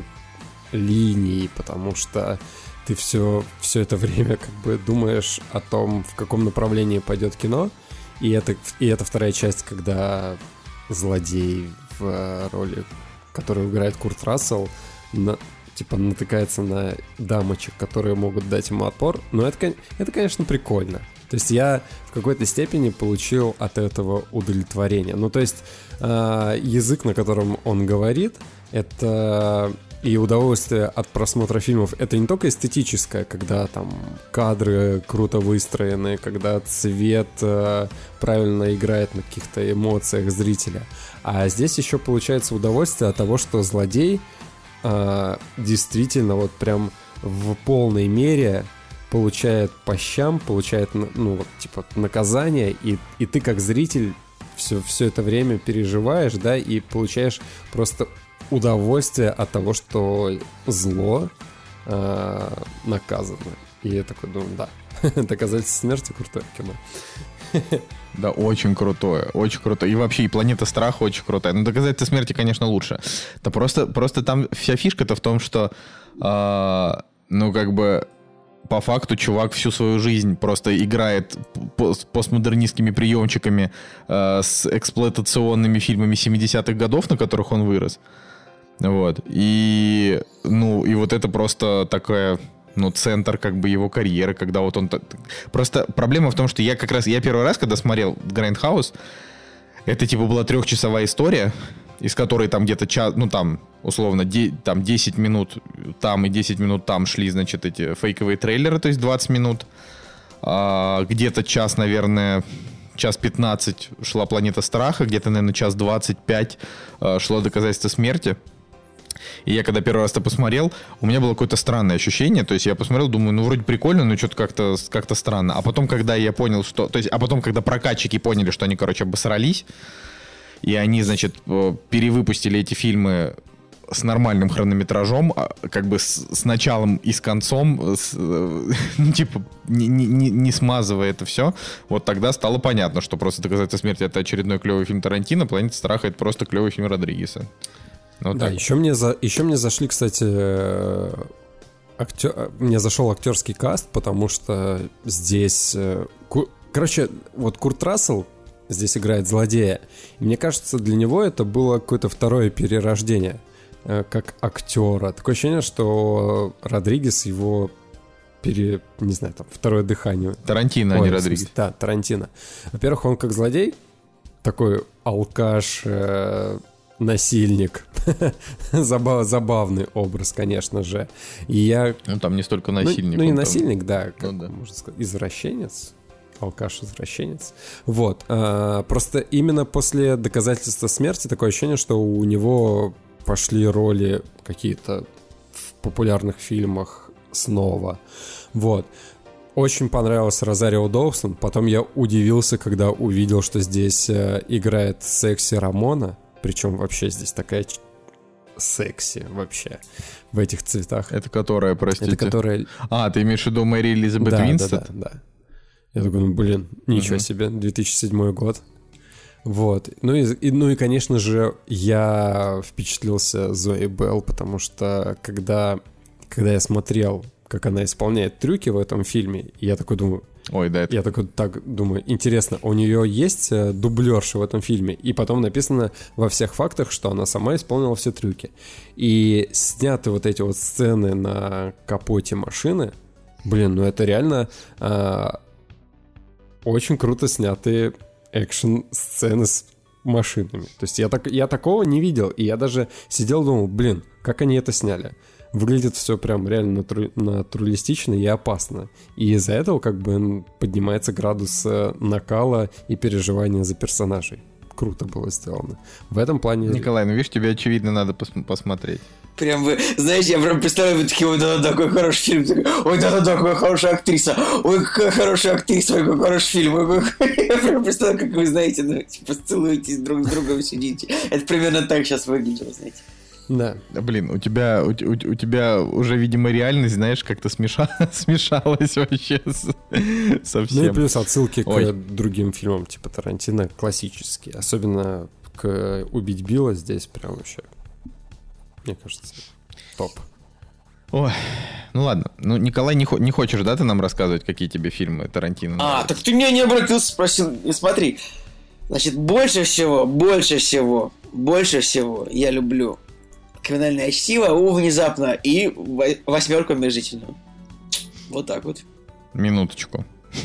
линий, потому что ты все это время как бы думаешь о том, в каком направлении пойдет кино, и это вторая часть, когда злодей в роли, которую играет Курт Рассел, натыкается на дамочек, которые могут дать ему отпор. Но это, конечно, прикольно. То есть я в какой-то степени получил от этого удовлетворение. Ну, то есть язык, на котором он говорит, это и удовольствие от просмотра фильмов. Это не только эстетическое, когда там кадры круто выстроены, когда цвет правильно играет на каких-то эмоциях зрителя. А здесь еще получается удовольствие от того, что злодей действительно вот прям в полной мере получает по щам, получает, ну, вот, типа, наказание, и ты как зритель все это время переживаешь, да, и получаешь просто удовольствие от того, что зло наказано. И я такой думаю, да, «Доказательство смерти» — крутое кино. Да, очень крутое, очень крутое. И вообще, и «Планета страха» очень крутая. Но «Доказательство смерти», конечно, лучше. Да просто там вся фишка-то в том, что, ну, как бы, по факту чувак всю свою жизнь просто играет с постмодернистскими приемчиками, с эксплуатационными фильмами 70-х годов, на которых он вырос. Вот. И, ну, и вот это просто такая... ну, центр как бы его карьеры, когда вот он... Просто проблема в том, что я первый раз, когда смотрел «Грайндхаус», это типа была 3-часовая история, из которой там где-то час, ну там, условно, там 10 минут там и 10 минут там шли, значит, эти фейковые трейлеры, то есть 20 минут. Где-то час, наверное, час 15 шла «Планета страха», где-то, наверное, час 25 шло «Доказательство смерти». И я когда первый раз это посмотрел, у меня было какое-то странное ощущение. То есть я посмотрел, думаю, ну вроде прикольно, но что-то как-то странно. А потом, когда я понял, что... То есть, а потом, когда прокатчики поняли, что они, короче, обосрались, и они, значит, перевыпустили эти фильмы с нормальным хронометражом, как бы с началом и с концом, ну, типа, не смазывая это все, вот тогда стало понятно, что «Просто доказательство смерти» — это очередной клевый фильм Тарантино, «Планета страха» — это просто клевый фильм Родригеса. Вот да, так. еще мне зашли, кстати, мне зашел актерский каст, потому что здесь... Короче, вот Курт Рассел здесь играет злодея. И мне кажется, для него это было какое-то второе перерождение как актера. Такое ощущение, что Родригес его не знаю, там, второе дыхание. Тарантино, а не Родригес. Да, Тарантино. Во-первых, он как злодей, такой алкаш, насильник. Забавный образ, конечно же. И ну, там не столько насильник. Ну, и насильник, да, как можно сказать, извращенец. Алкаш-извращенец. Вот. Просто именно после доказательства смерти такое ощущение, что у него пошли роли какие-то в популярных фильмах снова. Вот. Очень понравился Розарио Доусон. Потом я удивился, когда увидел, что здесь играет секси Рамона. Причем вообще здесь такая секси вообще в этих цветах. Это которая, простите? Это которая... А, ты имеешь в виду Мэри Элизабет Винстед? Да. Я такой, ну, блин, ничего себе, 2007 год. Вот. Ну и, конечно же, я впечатлился Зои Белл, потому что когда я смотрел, как она исполняет трюки в этом фильме, я такой думаю... Ой, да, это... Я такой думаю, интересно, у нее есть дублерша в этом фильме? И потом написано во всех фактах, что она сама исполнила все трюки. И сняты вот эти вот сцены на капоте машины, блин, ну это реально... очень круто снятые экшн-сцены с машинами. То есть я такого не видел. И я даже сидел и думал, блин, как они это сняли? Выглядит все прям реально натуралистично и опасно. И из-за этого как бы поднимается градус накала и переживания за персонажей. Круто было сделано. В этом плане... Николай, ну видишь, тебе очевидно надо посмотреть. Прям вы, знаете, я прям представляю, вы такие, ой, да, такой хороший фильм, ой, да, какая хорошая актриса, ой, какая хорошая актриса, ой, какой хороший фильм, ой, я прям представляю, как вы, знаете, ну, типа, целуетесь друг с другом, сидите. Это примерно так сейчас выглядело, знаете. Да. Блин, у тебя уже, видимо, реальность, знаешь, как-то смешалась вообще совсем. Ну и плюс отсылки к другим фильмам, типа Тарантино, классические. Особенно к «Убить Билла» здесь прям вообще... Мне кажется, топ. Ой, ну ладно. Ну, Николай, не хочешь, да, ты нам рассказывать, какие тебе фильмы Тарантино нравятся? Так ты меня не обратился, спросил. Смотри, значит, больше всего я люблю «Криминальное чтиво», «Внезапно» и «Восьмерку омерзительную». Вот так вот. Минуточку.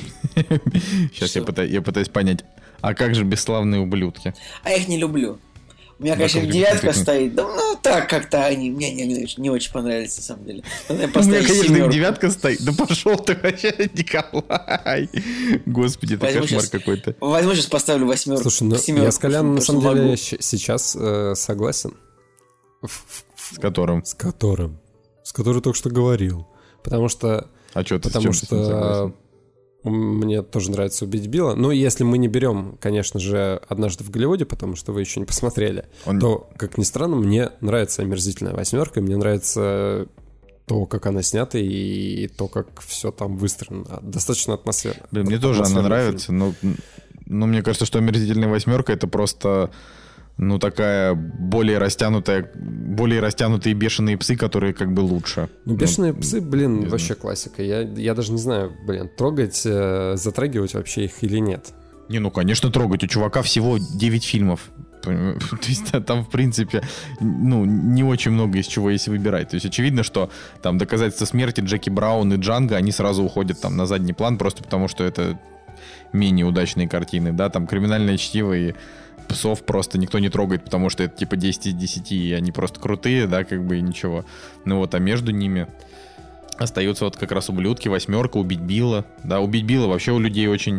Сейчас я пытаюсь понять. А как же «Бесславные ублюдки»? А я их не люблю. У меня, конечно, девятка стоит. Да, ну, так как-то они мне не очень понравились, на самом деле. У меня, конечно, девятка стоит. Да пошел ты вообще, Николай. Господи, это кошмар какой-то. Возьму, сейчас поставлю восьмерку. Слушай, ну, я с Коляном, на самом деле, сейчас согласен. С которым? С которым только что говорил. Потому что... А что ты с чем согласен? Мне тоже нравится «Убить Билла». Но если мы не берем, конечно же, «Однажды в Голливуде», потому что вы еще не посмотрели, то, как ни странно, мне нравится «Омерзительная восьмерка», мне нравится то, как она снята, и то, как все там выстроено. Достаточно атмосферно. Блин, мне тоже она нравится, но мне кажется, что «Омерзительная восьмерка» — это просто... Ну, такая более растянутые бешеные псы, которые как бы лучше. Ну, бешеные псы, блин, вообще классика. Я даже не знаю, блин, затрагивать вообще их или нет. Не, ну, конечно, трогать. У чувака всего 9 фильмов. То есть там, в принципе, ну, не очень много из чего есть выбирать. То есть очевидно, что там «Доказательство смерти», Джеки Браун и Джанго, они сразу уходят там на задний план, просто потому что это менее удачные картины, да, там «Криминальное чтиво» и «Псов» просто никто не трогает, потому что это типа 10 из 10, и они просто крутые, да, как бы и ничего. Ну вот, а между ними остаются вот как раз «Ублюдки», «Восьмерка», «Убить Билла». Да, «Убить Билла» вообще у людей очень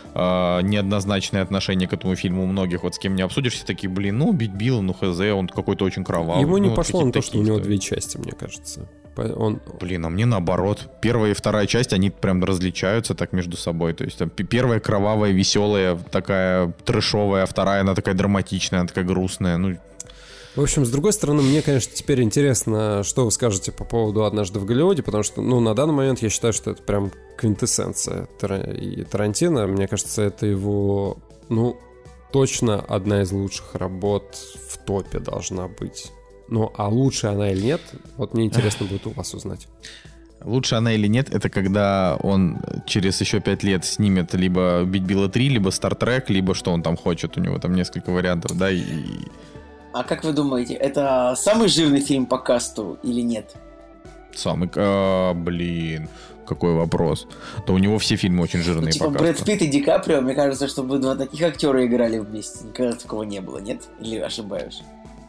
неоднозначное отношение к этому фильму у многих. Вот с кем не обсудишь, все такие, блин, ну, Биг Билл, ну, хз, он какой-то очень кровавый. Ему не ну, пошло на то, что у него 2 части, мне кажется. Блин, а мне наоборот. Первая и вторая часть, они прям различаются так между собой. То есть там первая кровавая, веселая, такая трэшовая, а вторая, она такая драматичная, она такая грустная. Ну... В общем, с другой стороны, мне, конечно, теперь интересно, что вы скажете по поводу «Однажды в Голливуде», потому что, ну, на данный момент я считаю, что это прям квинтэссенция Тарантино. Мне кажется, это его, ну, точно одна из лучших работ в топе должна быть. Ну, а лучше она или нет, вот мне интересно будет у вас узнать. Лучше она или нет, это когда он через еще 5 лет снимет либо «Биг Билла 3», либо «Стартрек», либо что он там хочет. У него там несколько вариантов, да, и... А как вы думаете, это самый жирный фильм по касту или нет? Самый... блин, какой вопрос. Да у него все фильмы очень жирные, ну, типа по касту. Брэд Питт и Ди Каприо, мне кажется, что бы 2 таких актера играли вместе. Никогда такого не было, нет? Или ошибаюсь?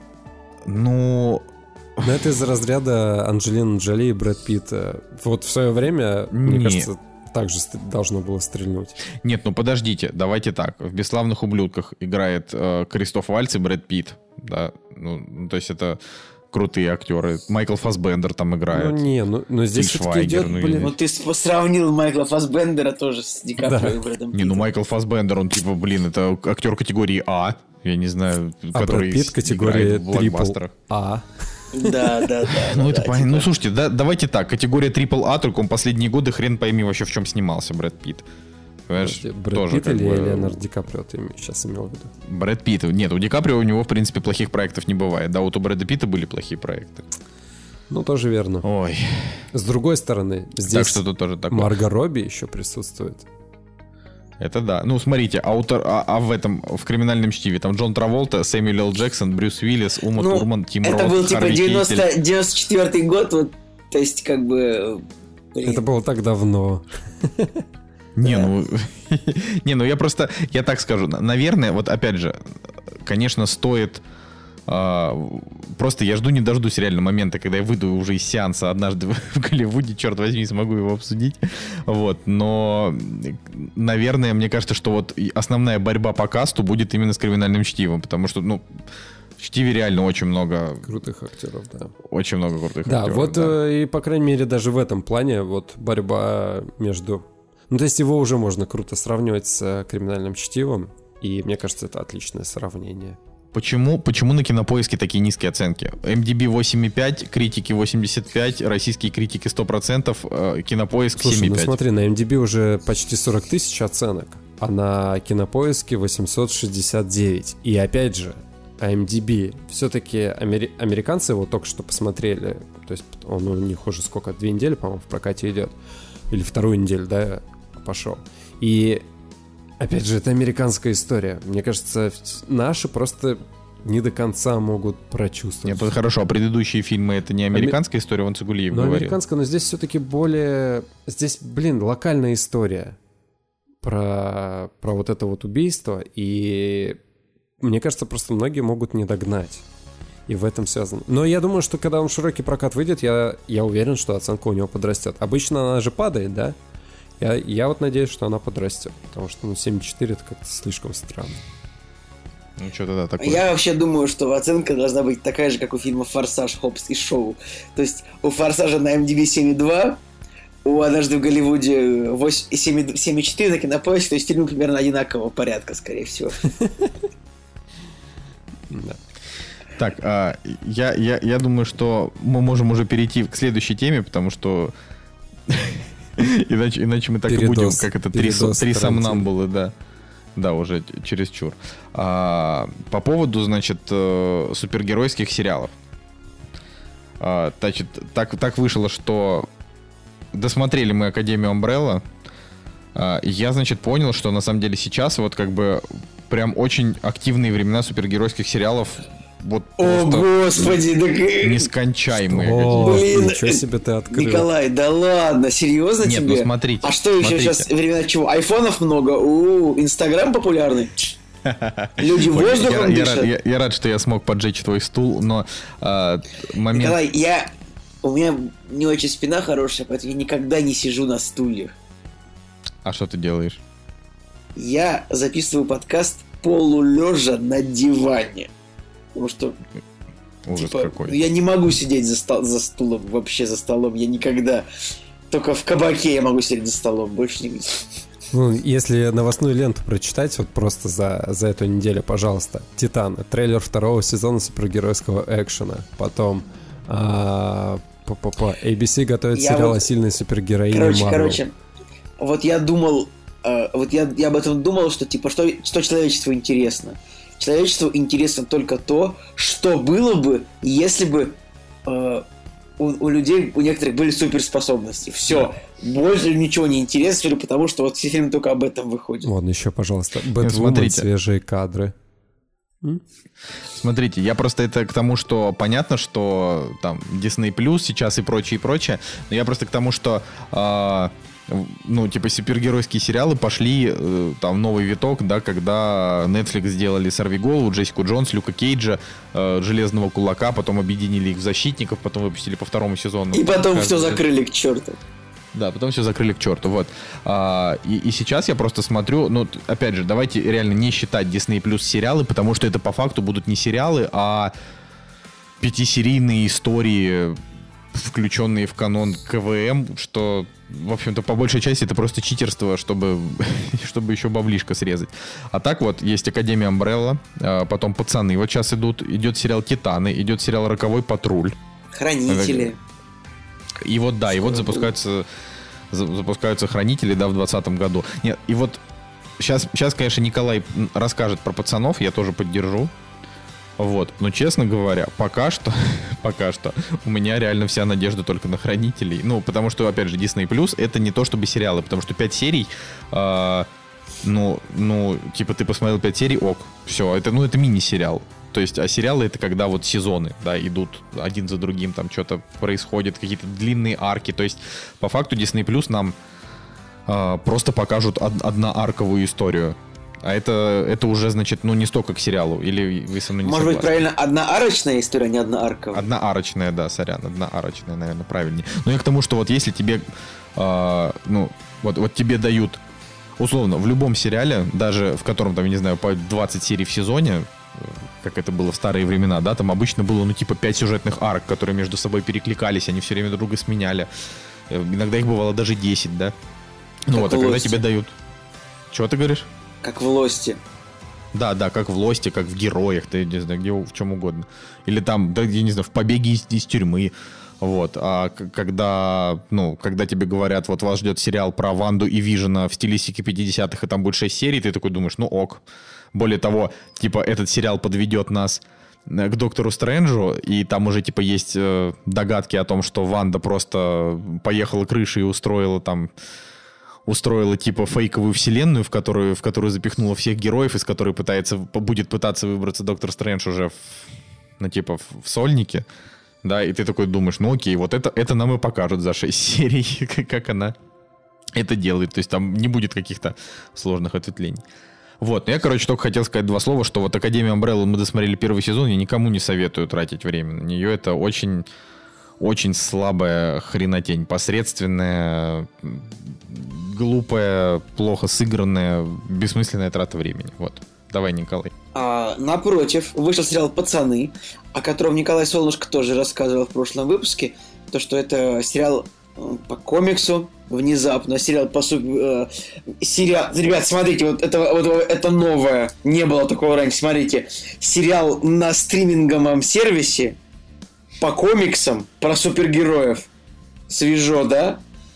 Ну... Но это из разряда Анджелина Джоли и Брэд Питта. Вот в свое время, мне кажется, также должно было стрельнуть. Нет, ну подождите, давайте так. В «Бесславных ублюдках» играет Кристоф Вальц и Брэд Питт. Да? Ну, то есть это крутые актеры. Майкл Фассбендер там играет. Ну не, ну здесь все-таки идет, блин. Ну ты сравнил Майкла Фассбендера тоже с Ди Каприо и Брэдом Питтом. Не, ну Майкл Фассбендер, он типа, блин, это актер категории А. Я не знаю, который Брэд Питт категории в блокбастерах. А. Да. Ну, это понятно. Ну, слушайте, давайте так. Категория AAA, только он последние годы хрен пойми вообще, в чем снимался Брэд Питт. Понимаешь? Брэд Питт или Леонардо Ди Каприо ты сейчас имел в виду? Брэд Питт. Нет, у Ди Каприо у него, в принципе, плохих проектов не бывает. Да, вот у Брэда Питта были плохие проекты. Ну, тоже верно. Ой. С другой стороны, здесь так что тут тоже такое. Марго Робби еще присутствует. Это да. Ну, смотрите, в «Криминальном чтиве» там Джон Траволта, Сэмюэл Л. Джексон, Брюс Уиллис, Ума Турман, Тим Рот, это был типа Харви Кейтель. 94-й год, вот, то есть как бы... Блин. Это было так давно. Не, ну я так скажу. Наверное, вот опять же, конечно, стоит... Просто я жду не дождусь реально момента, когда я выйду уже из сеанса «Однажды в Голливуде», черт возьми, смогу его обсудить. Вот, но, наверное, мне кажется, что вот основная борьба по касту будет именно с «Криминальным чтивом», потому что, ну, в «Чтиве» реально очень много... крутых актеров, да. Очень много крутых да, актеров. Вот, и, по крайней мере, даже в этом плане вот борьба между... Ну, то есть его уже можно круто сравнивать с «Криминальным чтивом», и мне кажется, это отличное сравнение. Почему на Кинопоиске такие низкие оценки? MDB 8,5, критики 85, российские критики 100%, Кинопоиск 7,5. Слушай, ну смотри, на MDB уже почти 40 тысяч оценок, а на Кинопоиске 869. И опять же, MDB все-таки американцы его только что посмотрели, то есть он у них уже сколько, 2 недели, по-моему, в прокате идет, или 2-ю неделю, да, пошел. И опять же, это американская история. Мне кажется, наши просто не до конца могут прочувствовать. Нет, это хорошо. А предыдущие фильмы — это не американская история, вон Цигулиев говорил. Американская, но здесь все-таки более... Здесь, локальная история про вот это вот убийство. И мне кажется, просто многие могут не догнать. И в этом связано. Но я думаю, что когда он в широкий прокат выйдет, я уверен, что оценка у него подрастет. Обычно она же падает, да? Я вот надеюсь, что она подрастет, потому что 7,4 это как-то слишком странно. Ну, что-то да, такое. Я вообще думаю, что оценка должна быть такая же, как у фильма «Форсаж. Хоббс и Шоу». То есть у «Форсажа» на MDB 7,2, у «Однажды в Голливуде» 7,4 на Кинопоиске, то есть фильмы примерно одинакового порядка, скорее всего. Так, я думаю, что мы можем уже перейти к следующей теме, потому что... Иначе мы так и будем, как это, три сомнамбулы, да. Да, уже чересчур. По поводу, значит, супергеройских сериалов. Значит, так вышло, что досмотрели мы «Академию Амбрелла». Я, значит, понял, что на самом деле сейчас вот как бы прям очень активные времена супергеройских сериалов. Вот о, господи, так... нескончаемые. Блин, ничего себе ты открыл. Николай, да ладно, серьезно? Нет, тебе? Ну смотрите. А что еще сейчас, времена чего? Айфонов много, Инстаграм популярный. Люди воздухом дышат. Я рад, что я смог поджечь твой стул, но момент... Николай, у меня не очень спина хорошая, поэтому я никогда не сижу на стульях. А что ты делаешь? я записываю подкаст полулежа на диване. Потому что Ужас типа, какой. я не могу сидеть за стулом, вообще за столом. Я никогда... Только в кабаке я могу сидеть за столом, больше нигде. Ну, если новостную ленту прочитать, вот просто за эту неделю, пожалуйста. «Титаны», трейлер 2-го сезона супергеройского экшена. Потом ABC готовит сериал о сильной супергероине Марвел. Короче, вот я думал, вот я об этом думал, что типа, что человечеству интересно. Человечеству интересно только то, что было бы, если бы у людей, у некоторых были суперспособности. Все. Больше ничего не интересно, потому что вот все фильмы только об этом выходят. Ладно, еще, пожалуйста, «Бэтвумен», свежие кадры. Смотрите, я просто это к тому, что понятно, что там Disney Plus сейчас и прочее, но я просто к тому, что ну, типа, супергеройские сериалы пошли там новый виток, да, когда Netflix сделали «Сорвиголову», Джессику Джонс, Люка Кейджа, «Железного кулака», потом объединили их в «Защитников», потом выпустили по 2-му сезону. И потом все закрыли к черту. Да, потом все закрыли к черту, вот. И сейчас я просто смотрю, ну, опять же, давайте реально не считать Disney Plus сериалы, потому что это по факту будут не сериалы, а 5-серийные истории, включенные в канон КВМ, что, в общем-то, по большей части это просто читерство, чтобы еще баблишко срезать. А так вот, есть «Академия Амбрелла», потом «Пацаны», вот сейчас идет сериал «Титаны», идет сериал «Роковой патруль». «Хранители». И вот, да, и вот запускаются «Хранители», да, в 2020 году. Нет, и вот сейчас, конечно, Николай расскажет про «Пацанов», я тоже поддержу. Вот, но, честно говоря, пока что у меня реально вся надежда только на «Хранителей». Ну, потому что, опять же, Disney Plus это не то чтобы сериалы, потому что 5 серий, типа ты посмотрел 5 серий, ок, все, это мини-сериал. То есть, а сериалы это когда вот сезоны, да, идут один за другим, там что-то происходит, какие-то длинные арки. То есть, по факту, Disney Plus нам просто покажут одноарковую историю. А это уже, значит, ну, не столько к сериалу. Или вы со мной не согласны? Может быть, правильно, одноарочная история, а не одноарковая? Одноарочная, да, сорян, одноарочная, наверное, правильнее. Но я к тому, что вот если тебе, вот тебе дают, условно, в любом сериале, даже в котором, там, я не знаю, по 20 серий в сезоне, как это было в старые времена, да, там обычно было, ну, типа 5 сюжетных арок, которые между собой перекликались, они все время друг друга сменяли. Иногда их бывало даже 10, да. Ну как вот, а когда тебе дают... Чего ты говоришь? Как в «Лосте». Да, как в «Лосте», как в «Героях», ты не знаю, где, в чем угодно. Или там, да, я не знаю, в «Побеге из тюрьмы». Вот, а когда тебе говорят, вот вас ждет сериал про Ванду и Вижена в стилистике 50-х, и там будет 6 серий, ты такой думаешь, ну ок. Более того, типа, этот сериал подведет нас к Доктору Стрэнджу, и там уже, типа, есть догадки о том, что Ванда просто поехала крышей и устроила, типа, фейковую вселенную, в которую запихнула всех героев, из которой будет пытаться выбраться Доктор Стрэндж уже в сольнике. Да, и ты такой думаешь, ну окей, вот это нам и покажут за 6 серий, как она это делает. То есть там не будет каких-то сложных ответвлений. Вот, я, только хотел сказать 2 слова, что вот «Академию Амбреллы» мы досмотрели 1-й сезон, я никому не советую тратить время на нее. Это очень, очень слабая хренотень, посредственная, глупая, плохо сыгранная, бессмысленная трата времени. Вот. Давай, Николай. Напротив, вышел сериал «Пацаны», о котором Николай Солнышко тоже рассказывал в прошлом выпуске. То, что это сериал по комиксу, внезапно, сериал по Ребят, смотрите, вот это новое. Не было такого раньше. Смотрите, сериал на стриминговом сервисе по комиксам про супергероев. Свежо, да?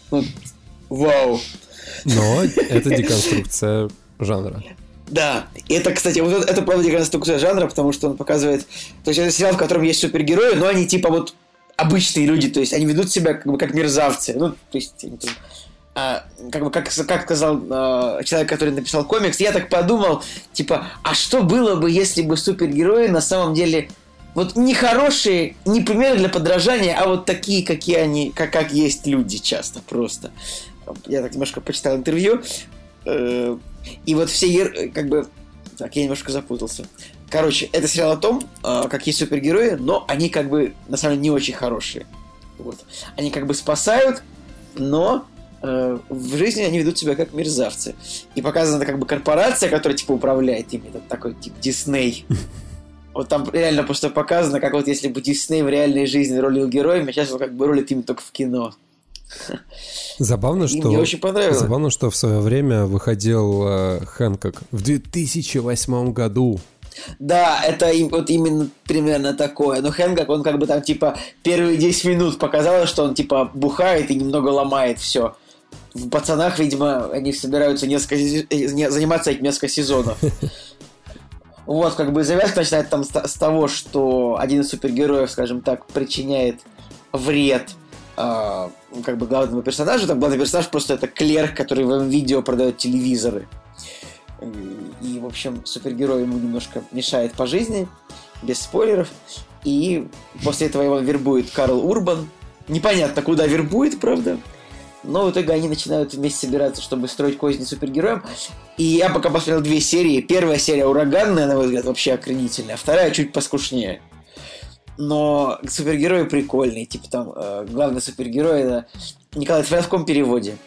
Вау. Но это деконструкция жанра. Да, это, кстати, вот это правда деконструкция жанра, потому что он показывает... То есть это сериал, в котором есть супергерои, но они типа вот обычные люди, то есть они ведут себя как мерзавцы. Ну, то есть они там... как сказал человек, который написал комикс, я так подумал, типа, а что было бы, если бы супергерои на самом деле вот не хорошие, не примеры для подражания, а вот такие, какие они, как есть люди часто просто. Я так немножко почитал интервью, и вот все, Так, я немножко запутался. Короче, это сериал о том, как есть супергерои, но они на самом деле не очень хорошие. Вот. Они спасают, но в жизни они ведут себя как мерзавцы. И показана как бы корпорация, которая типа управляет ими, это такой типа Дисней. Вот там реально просто показано, как вот если бы Дисней в реальной жизни рулил героями, сейчас он как бы рулит ими только в кино. Забавно, что мне очень понравилось. Забавно, что в свое время выходил Хэнкок в 2008 году. Да, это вот именно примерно такое. Но Хэнкок, он как бы там типа первые 10 минут показалось, что он типа бухает и немного ломает все. В «Пацанах», видимо, они собираются заниматься этим несколько сезонов. Вот, как бы завязка начинает там с того, что один из супергероев, скажем так, причиняет вред как бы главному персонажу. Там главный персонаж просто это клерк, который в М-видео продает телевизоры. И, в общем, супергерой ему немножко мешает по жизни, без спойлеров. И после этого его вербует Карл Урбан. Непонятно, куда вербует, правда. Но в итоге они начинают вместе собираться, чтобы строить козни супергероям. И я пока посмотрел 2 серии. Первая серия ураганная, на мой взгляд, вообще охренительная. Вторая чуть поскушнее. Но супергерои прикольные. Типа там главный супергерой это... Николай, это в каком переводе?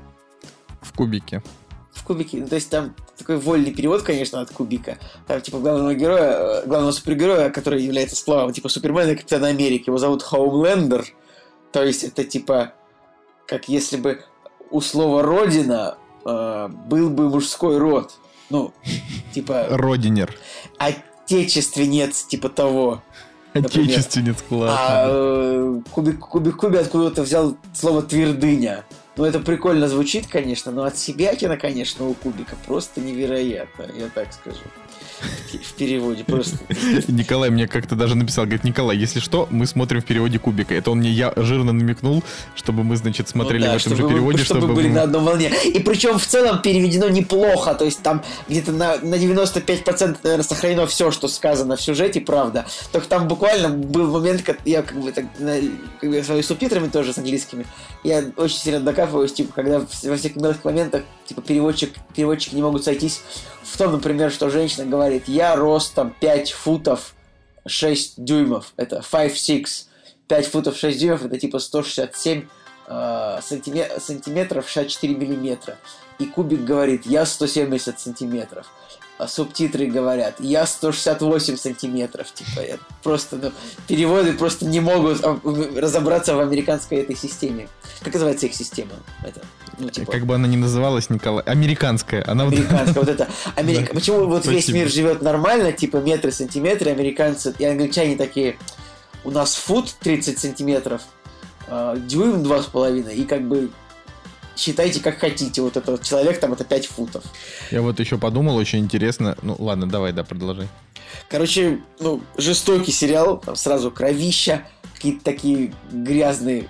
В кубике. В кубике. Ну, то есть там такой вольный перевод, конечно, от кубика. Там типа главного супергероя, который является сплавом типа Супермена и Капитана Америки. Его зовут Хоумлендер. То есть это типа... Как если бы у слова «родина» был бы мужской род. Ну, типа... Родинер. Отечественец, типа того. Отечественец, классно. Кубик откуда-то взял слово «твердыня». Ну, это прикольно звучит, конечно, но от себякина, конечно, у Кубика просто невероятно, я так скажу. В переводе просто. Николай мне как-то даже написал, говорит, Николай, если что, мы смотрим в переводе Кубика. Это он мне жирно намекнул, чтобы мы, значит, смотрели в этом же переводе. Чтобы были на одной волне. И причем в целом переведено неплохо, то есть там где-то на 95%, наверное, сохранено все, что сказано в сюжете, правда. Только там буквально был момент, когда я как бы своими субтитрами тоже с английскими, я очень сильно докапываюсь, типа, когда во всех мелких моментах, типа, переводчики не могут сойтись в том, например, что женщина говорит, я ростом 5 футов 6 дюймов, это 5'6", 5 футов 6 дюймов, это типа 167 сантиметров, 64 миллиметра. И Кубик говорит, я 170 сантиметров. А субтитры говорят, я 168 сантиметров. Типа, я просто, переводы просто не могут разобраться в американской этой системе. Как называется их система? Это, типа... Как бы она ни называлась, Николай. Американская. Американская, вот это. Да. Почему вот Спасибо. Весь мир живет нормально, типа метры, сантиметры, американцы и англичане такие, у нас фут 30 сантиметров, дюйм 2,5, и как бы считайте как хотите, вот этот человек там это 5 футов. Я вот еще подумал, очень интересно. Ну ладно, давай, продолжай. Короче, жестокий сериал, там сразу кровища, какие-то такие грязные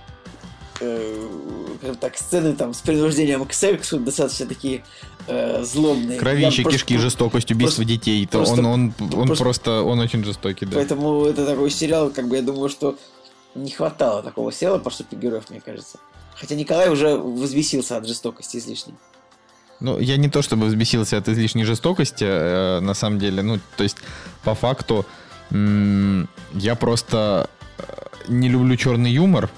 сцены там с принуждением к сексу, достаточно такие злобные. Кровища, кишки, жестокость, убийство детей. Он очень жестокий, да. Поэтому это такой сериал, как бы я думаю, что не хватало такого сериала про супергероев, мне кажется. Хотя Николай уже взбесился от жестокости излишней. Ну, я не то чтобы взбесился от излишней жестокости, на самом деле. То есть, по факту, я просто не люблю черный юмор.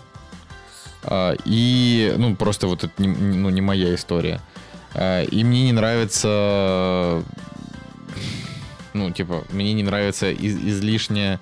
И, просто вот это не моя история. И мне не нравится... мне не нравится излишняя...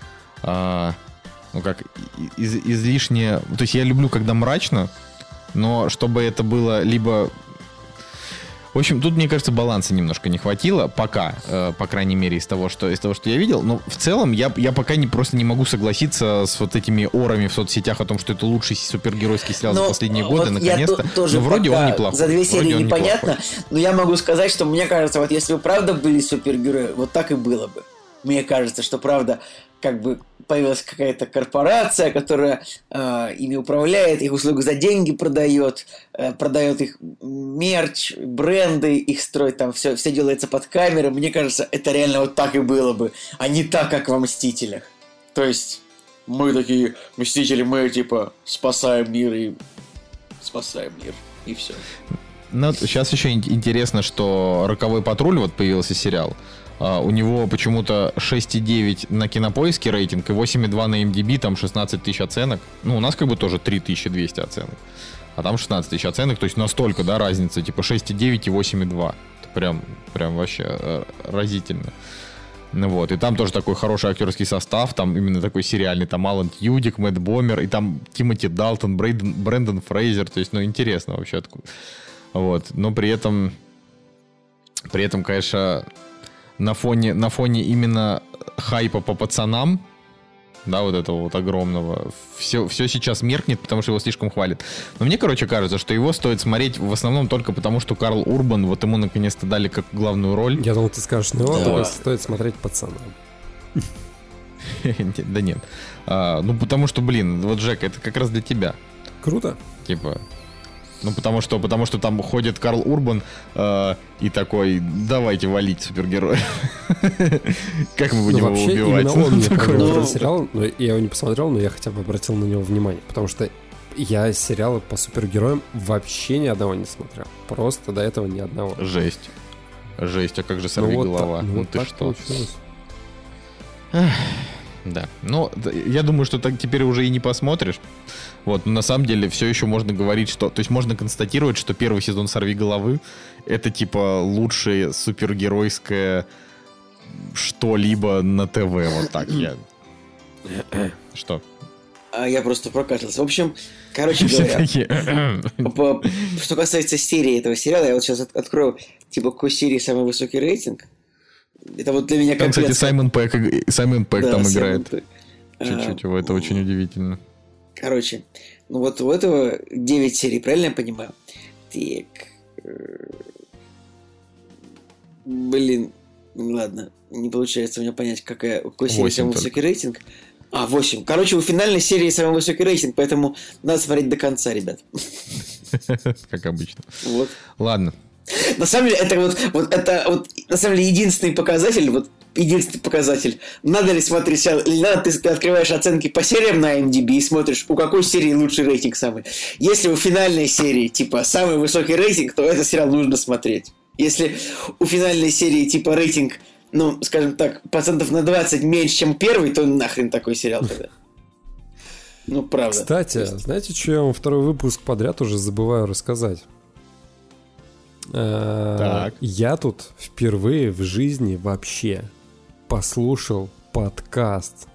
излишне... То есть я люблю, когда мрачно, но чтобы это было либо... В общем, тут, мне кажется, баланса немножко не хватило, пока, по крайней мере, из того, что я видел. Но в целом я пока просто не могу согласиться с вот этими орами в соцсетях о том, что это лучший супергеройский сериал за последние годы, наконец-то. Но вроде он неплохой. За 2 серии непонятно, но я могу сказать, что мне кажется, вот если бы правда были супергерои, вот так и было бы. Мне кажется, что правда, как бы появилась какая-то корпорация, которая ими управляет, их услуги за деньги продает их мерч, бренды, их строит, там все делается под камерой. Мне кажется, это реально вот так и было бы, а не так, как во «Мстителях». То есть мы такие «Мстители», мы типа спасаем мир, и все. Ну, сейчас еще интересно, что «Роковой патруль», вот появился сериал. У него почему-то 6,9 на Кинопоиске рейтинг и 8,2 на MDB, там 16 тысяч оценок. У нас как бы тоже 3200 оценок. а там 16 тысяч оценок, то есть настолько, да, разница, типа 6,9 и 8,2. Это прям вообще разительно. Ну вот, и там тоже такой хороший актерский состав, там именно такой сериальный, там Алан Тьюдик, Мэтт Бомер, и там Тимоти Далтон, Брэндон Фрейзер, то есть, ну, интересно вообще откуда. Вот, но при этом, конечно, на фоне именно хайпа по пацанам, да, вот этого вот огромного, все сейчас меркнет, потому что его слишком хвалят. Но мне, короче, кажется, что его стоит смотреть в основном только потому, что Карл Урбан, вот ему наконец-то дали как главную роль. Я думал, ты скажешь, ну его стоит смотреть пацанам. Да нет. Ну, потому что, блин, вот, Жека, это как раз для тебя. Круто. Типа... Ну, потому что там ходит Карл Урбан и такой, давайте валить супергероя. Как мы будем его убивать? Именно он мне понравился сериал, но я его не посмотрел, но я хотя бы обратил на него внимание, потому что я сериалы по супергероям вообще ни одного не смотрел. Просто до этого ни одного. Жесть, а как же «Сорвиголова»? Ну ты что? Да, ну, я думаю, что так теперь уже и не посмотришь. Вот, но на самом деле все еще можно говорить, что... То есть можно констатировать, что первый сезон «Сорвиголовы» — это типа лучшее супергеройское что-либо на ТВ. Вот так я... Что? Я просто прокашлялся. В общем, короче говоря, что касается серии этого сериала, я вот сейчас открою, типа, какой серии самый высокий рейтинг. Это вот для меня там, капец. Кстати, Саймон Пэк да, там играет. Чуть-чуть, это очень удивительно. Короче, ну вот у этого 9 серий, правильно я понимаю? Так. Блин, ладно, не получается у меня понять, какой серии самый высокий рейтинг. 8. Короче, у финальной серии самый высокий рейтинг, поэтому надо смотреть до конца, ребят. Как обычно. Вот. Ладно. На самом деле, это на самом деле единственный показатель, надо ли смотреть сериал или надо, ты открываешь оценки по сериям на IMDb и смотришь, у какой серии лучший рейтинг самый. Если у финальной серии, типа, самый высокий рейтинг, то этот сериал нужно смотреть. Если у финальной серии, типа, рейтинг, ну, скажем так, процентов на 20 меньше, чем первый, то нахрен такой сериал тогда. Ну, правда. Кстати, знаете, что я вам второй выпуск подряд уже забываю рассказать? Так. Я тут впервые в жизни вообще послушал подкаст.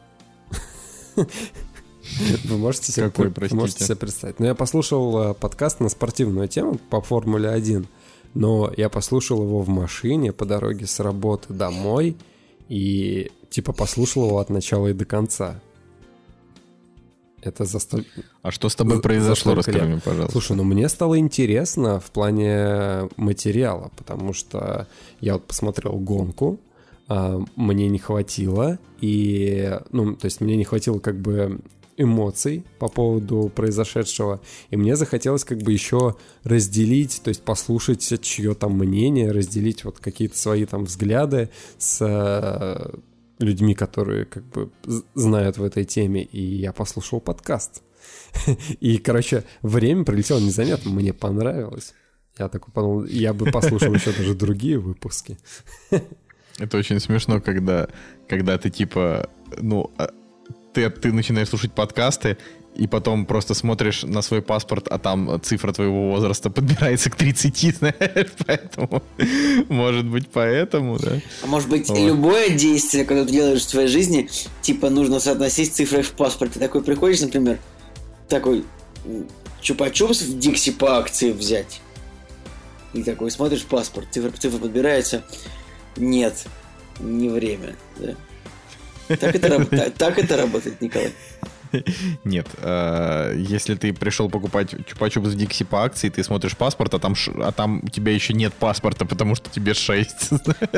Вы можете себе представить? Ну, я послушал подкаст на спортивную тему по Формуле 1, но я послушал его в машине по дороге с работы домой и типа послушал его от начала и до конца. Это за столько... А что с тобой произошло, расскажи мне, пожалуйста. Слушай, ну мне стало интересно в плане материала, потому что я вот посмотрел гонку, мне не хватило, и, ну, то есть мне не хватило как бы эмоций по поводу произошедшего, и мне захотелось как бы еще разделить, то есть послушать чье там мнение, разделить вот какие-то свои там взгляды с... людьми, которые как бы знают в этой теме, и я послушал подкаст. И, короче, время пролетело незаметно, мне понравилось. Я такой подумал, я бы послушал еще даже другие выпуски. Это очень смешно, когда ты типа, ну, ты начинаешь слушать подкасты, и потом просто смотришь на свой паспорт, а там цифра твоего возраста подбирается к 30, знаешь, поэтому, может быть, поэтому, да? А может быть, любое действие, которое ты делаешь в своей жизни, типа, нужно соотносить с цифрой в паспорте. Ты такой приходишь, например, такой чупа-чупс в Дикси по акции взять, и такой смотришь паспорт, цифра подбирается, нет, не время, да? Так это работает, Николай. Нет, если ты пришел покупать чупа-чупс в Дикси по акции, ты смотришь паспорт, а там у тебя еще нет паспорта, потому что тебе 6.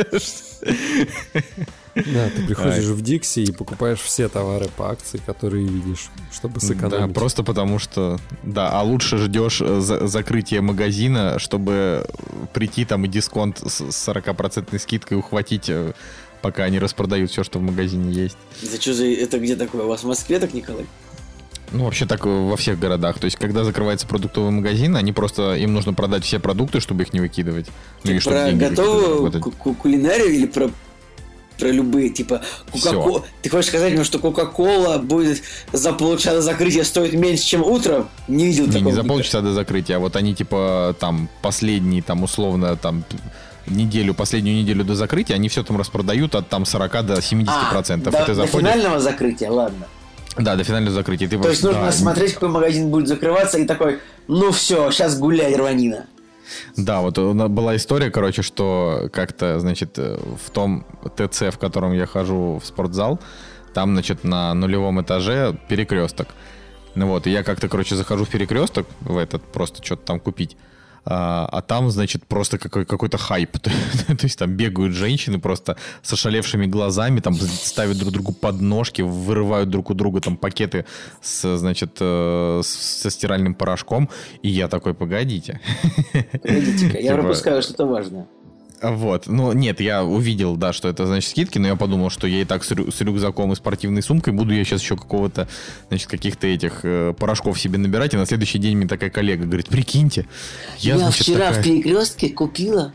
Да, ты приходишь в Дикси и покупаешь все товары по акции, которые видишь, чтобы сэкономить. Да, просто потому что... Да, а лучше ждешь закрытия магазина, чтобы прийти там и дисконт с 40% скидкой ухватить... пока они распродают все, что в магазине есть. Это где такое? У вас в Москве так, Николай? Ну, вообще так во всех городах. То есть, когда закрывается продуктовый магазин, им нужно продать все продукты, чтобы их не выкидывать. Ты про готовую кулинарию или про про любые, типа, Кока-Кола. Ты хочешь сказать мне, что Кока-Кола будет за полчаса до закрытия стоить меньше, чем утром? Не видел такого. Не за полчаса до закрытия, а вот они, типа, там, последние, там, условно, там, последнюю неделю до закрытия, они все там распродают от там 40 до 70%. До финального закрытия, ладно. Да, до финального закрытия. То есть нужно смотреть, какой магазин будет закрываться, и такой, ну все, сейчас гуляй, рванина. Да, вот была история, короче, что как-то, значит, в том ТЦ, в котором я хожу в спортзал, там, значит, на 0-м этаже перекресток. Ну вот, и я как-то, короче, захожу в перекресток, в этот, просто что-то там купить. А там, значит, просто какой-то хайп. То есть там бегают женщины просто с ошалевшими глазами, там ставят друг другу подножки, вырывают друг у друга там пакеты со стиральным порошком. И я такой, погодите. Погодите-ка, я пропускаю что-то важное. Вот, ну нет, я увидел, да, что это значит скидки, но я подумал, что я и так с рюкзаком и спортивной сумкой буду я сейчас еще какого-то, значит, каких-то этих порошков себе набирать, и на следующий день мне такая коллега говорит, прикиньте, я вчера в перекрестке купила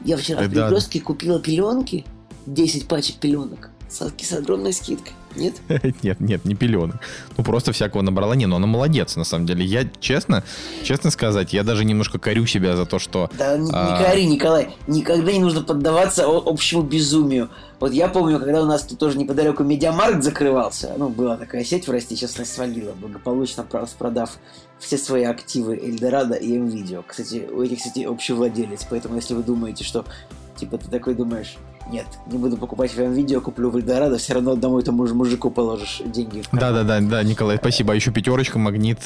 купила пеленки, 10 пачек пеленок с огромной скидкой. Нет? Нет, не пеленок. Ну, просто всякого набрала. Не, ну она молодец, на самом деле. Я, честно сказать, я даже немножко корю себя за то, что... Да не кори, Николай. Никогда не нужно поддаваться общему безумию. Вот я помню, когда у нас тут тоже неподалеку Медиамаркт закрывался. Ну, была такая сеть в России, сейчас она свалила, благополучно продав все свои активы Эльдорадо и М-Видео. Кстати, у этих сетей общий владелец. Поэтому, если вы думаете, что... Типа, ты такой думаешь... Нет, не буду покупать в видео, куплю в Эльдорадо, все равно одному этому же мужику положишь деньги в карман. Да, Николай, спасибо. А еще пятерочка, Магнит,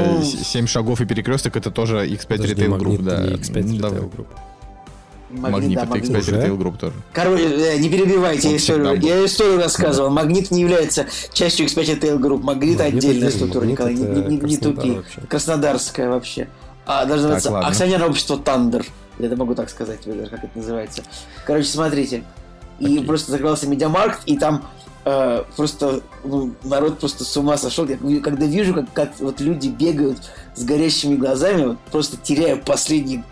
7 шагов и перекресток, это тоже X5 Retail Group. Да. X5 Retail Group. Магнит, это X5 Retail Group тоже. Короче, не перебивайте историю. Я историю рассказывал. Магнит не является частью X5 Retail Group. Магнит отдельная структура, Николай. Не тупи. Краснодарская вообще. Даже называется акционерное общество Тандер. Я это могу так сказать, как это называется. Короче, смотрите. И просто закрылся Медиамаркт, и там просто народ просто с ума сошел. Я когда вижу, как вот люди бегают с горящими глазами, вот, просто теряя последние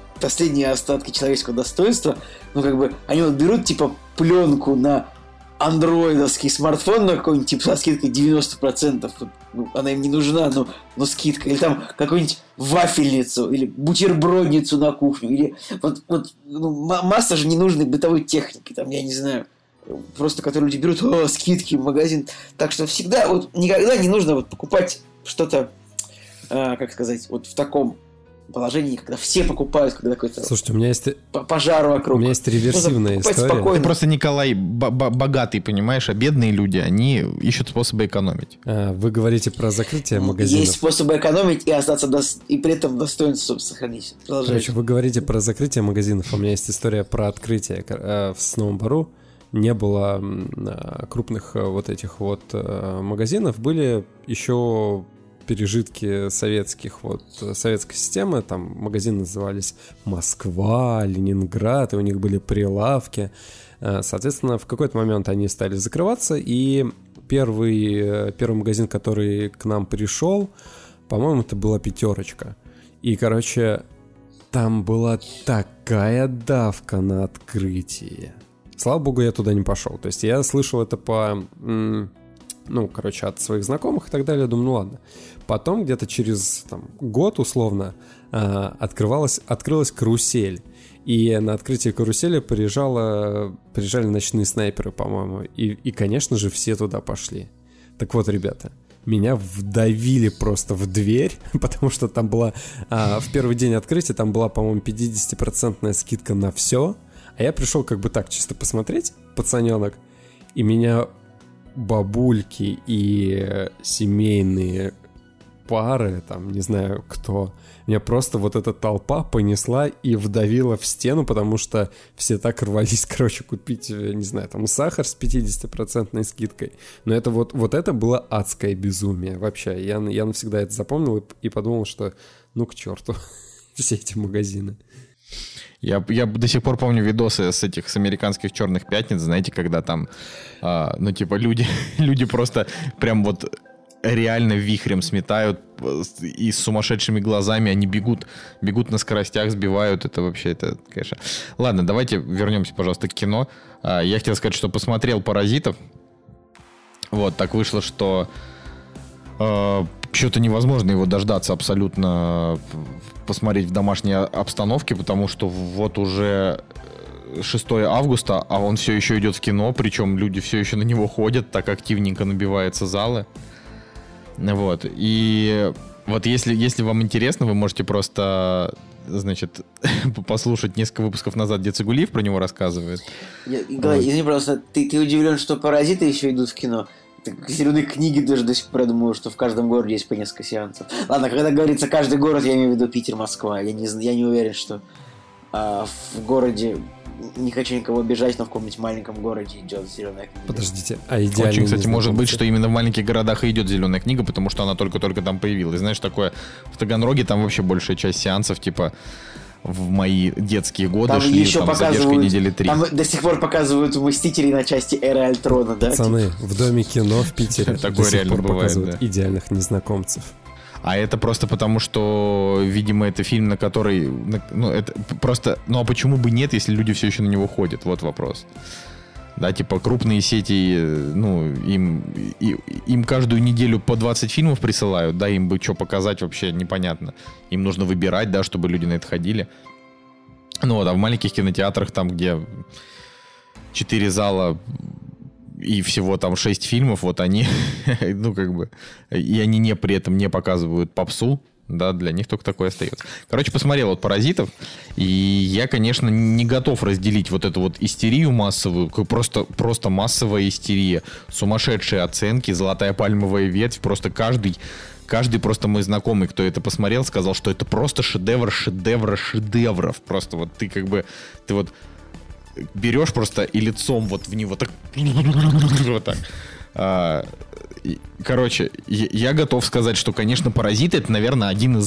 остатки человеческого достоинства, ну как бы они вот берут типа пленку на андроидовский смартфон на какой-нибудь типа со скидкой 90%. Ну, она им не нужна, но скидка. Или там какую-нибудь вафельницу, или бутербродницу на кухню. Или вот масса же ненужной бытовой техники. Там, я не знаю, просто которые люди берут, скидки в магазин. Так что всегда, вот никогда не нужно вот покупать что-то, как сказать, вот в таком положении, когда все покупают, когда какой-то... Слушайте, у меня есть... пожар вокруг. У меня есть реверсивная история. Спокойно. Ты просто, Николай, богатый, понимаешь, а бедные люди, они ищут способы экономить. Вы говорите про закрытие магазинов. Есть способы экономить и остаться и при этом достоинство сохранить. Короче, вы говорите про закрытие магазинов, у меня есть история про открытие. В Сосновом Бору не было крупных вот этих вот магазинов, были еще... пережитки советской системы, там магазины назывались Москва, Ленинград, и у них были прилавки. Соответственно, в какой-то момент они стали закрываться, и первый магазин, который к нам пришел, по-моему, это была «Пятерочка». И, короче, там была такая давка на открытии. Слава богу, я туда не пошел. То есть я слышал это от своих знакомых и так далее. Думаю, ладно. Потом где-то через год, условно, открылась карусель. И на открытие карусели приезжали ночные снайперы, по-моему. И, конечно же, все туда пошли. Так вот, ребята, меня вдавили просто в дверь, потому что там была... в первый день открытия там была, по-моему, 50% скидка на все. А я пришел как бы так, чисто посмотреть, пацаненок. И меня... бабульки и семейные пары, там, не знаю кто, меня просто вот эта толпа понесла и вдавила в стену, потому что все так рвались, короче, купить, не знаю, там, сахар с 50% скидкой. Но это вот это было адское безумие вообще. Я навсегда это запомнил и подумал, что ну к черту все эти магазины. Я до сих пор помню видосы с американских черных пятниц, знаете, когда там, люди просто прям вот реально вихрем сметают и с сумасшедшими глазами они бегут на скоростях, сбивают. Это вообще, это, конечно... Ладно, давайте вернемся, пожалуйста, к кино. Я хотел сказать, что посмотрел «Паразитов». Вот, так вышло, что что-то невозможно его дождаться абсолютно, посмотреть в домашней обстановке, потому что вот уже 6 августа, а он все еще идет в кино, причем люди все еще на него ходят, так активненько набиваются залы. Вот, и вот если вам интересно, вы можете просто, значит, послушать несколько выпусков назад, где Цигулиев про него рассказывает. Николай, извини, пожалуйста, ты удивлен, что «Паразиты» еще идут в кино? Зеленые книги даже до сих пор думаю, что в каждом городе есть по несколько сеансов. Ладно, когда говорится каждый город, я имею в виду Питер, Москва. Я не уверен, что в городе, не хочу никого обижать, но в каком-нибудь маленьком городе идет зеленая книга. Подождите, а идеально? Очень, кстати, может быть, что именно в маленьких городах и идет зеленая книга, потому что она только-только там появилась. Знаешь, такое в Таганроге там вообще большая часть сеансов, типа в мои детские годы там шли еще там, с задержкой недели 3. Там до сих пор показывают «Мстителей» на части «Эры Альтрона», да? Пацаны, в Доме кино в Питере до сих пор показывают «Идеальных незнакомцев». А это просто потому, что, видимо, это фильм, на который... Ну, это просто... Ну, а почему бы нет, если люди все еще на него ходят? Вот вопрос. Да, типа крупные сети, ну, им каждую неделю по 20 фильмов присылают, да, им бы что показать вообще непонятно. Им нужно выбирать, да, чтобы люди на это ходили. Ну вот, а в маленьких кинотеатрах, там, где 4 зала и всего там 6 фильмов, вот они, ну, как бы, и они при этом не показывают попсу, да, для них только такое остается. Короче, посмотрел вот «Паразитов», и я, конечно, не готов разделить вот эту вот истерию массовую, просто массовая истерия, сумасшедшие оценки, золотая пальмовая ветвь, просто каждый просто мой знакомый, кто это посмотрел, сказал, что это просто шедевр шедевров. Просто вот ты как бы, ты вот берешь просто и лицом вот в него так, вот так. Короче, я готов сказать, что, конечно, «Паразиты» — это, наверное,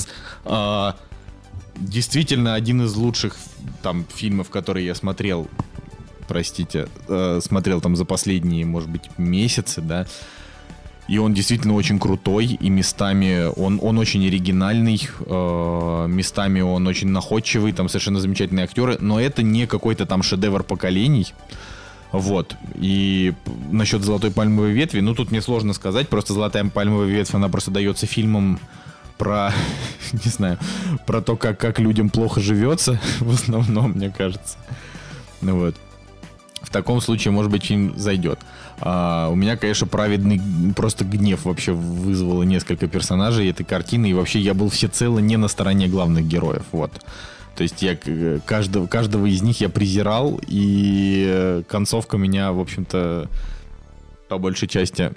действительно один из лучших там фильмов, которые я смотрел, смотрел там за последние, может быть, месяцы, да. И он действительно очень крутой, и местами он очень оригинальный, местами он очень находчивый, там совершенно замечательные актеры, но это не какой-то там шедевр поколений. Вот. И насчет «Золотой пальмовой ветви», ну, тут мне сложно сказать. Просто «Золотая пальмовая ветвь», она просто дается фильмом про, не знаю, про то, как людям плохо живется, в основном, мне кажется. Ну вот. В таком случае, может быть, фильм зайдет. У меня, конечно, праведный просто гнев вообще вызвало несколько персонажей этой картины. И вообще я был всецело не на стороне главных героев. Вот. То есть я каждого из них я презирал, и концовка меня, в общем-то, по большей части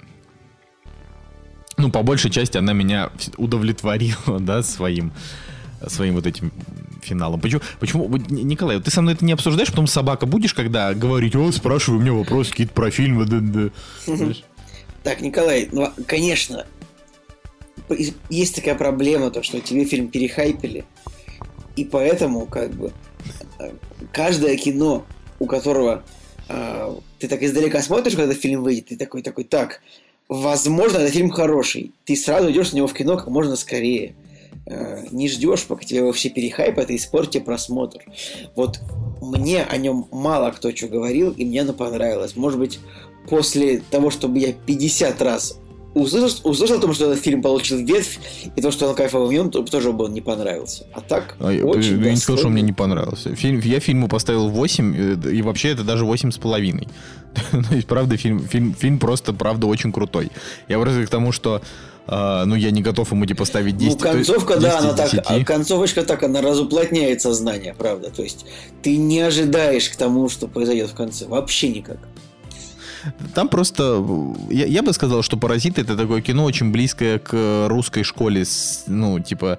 она меня удовлетворила, да, своим вот этим финалом. Почему, Николай, ты со мной это не обсуждаешь, потом собака будешь, когда говорить, спрашивай у меня вопросы какие-то про фильмы, да. Так, Николай, ну, конечно, есть такая проблема, то, что тебе фильм перехайпили, и поэтому, как бы, каждое кино, у которого ты так издалека смотришь, когда фильм выйдет, ты такой, так, возможно, этот фильм хороший. Ты сразу идешь на него в кино как можно скорее. Не ждешь, пока тебя его все перехайпят и испортят просмотр. Вот мне о нем мало кто что говорил, и мне оно понравилось. Может быть, после того, чтобы я 50 раз услышал о том, что этот фильм получил ветвь, и то, что он кайфовый в нем, тоже бы он не понравился. А так, очень я не сказал, что мне не понравился. Я фильму поставил 8, и вообще это даже 8,5. То есть, правда, фильм просто, правда, очень крутой. Я просто к тому, что я не готов ему поставить 10. Ну, концовка, да, она так, концовочка так, она разуплотняет сознание, правда. То есть, ты не ожидаешь к тому, что произойдет в конце. Вообще никак. Там просто... Я бы сказал, что «Паразиты» — это такое кино очень близкое к русской школе, ну, типа...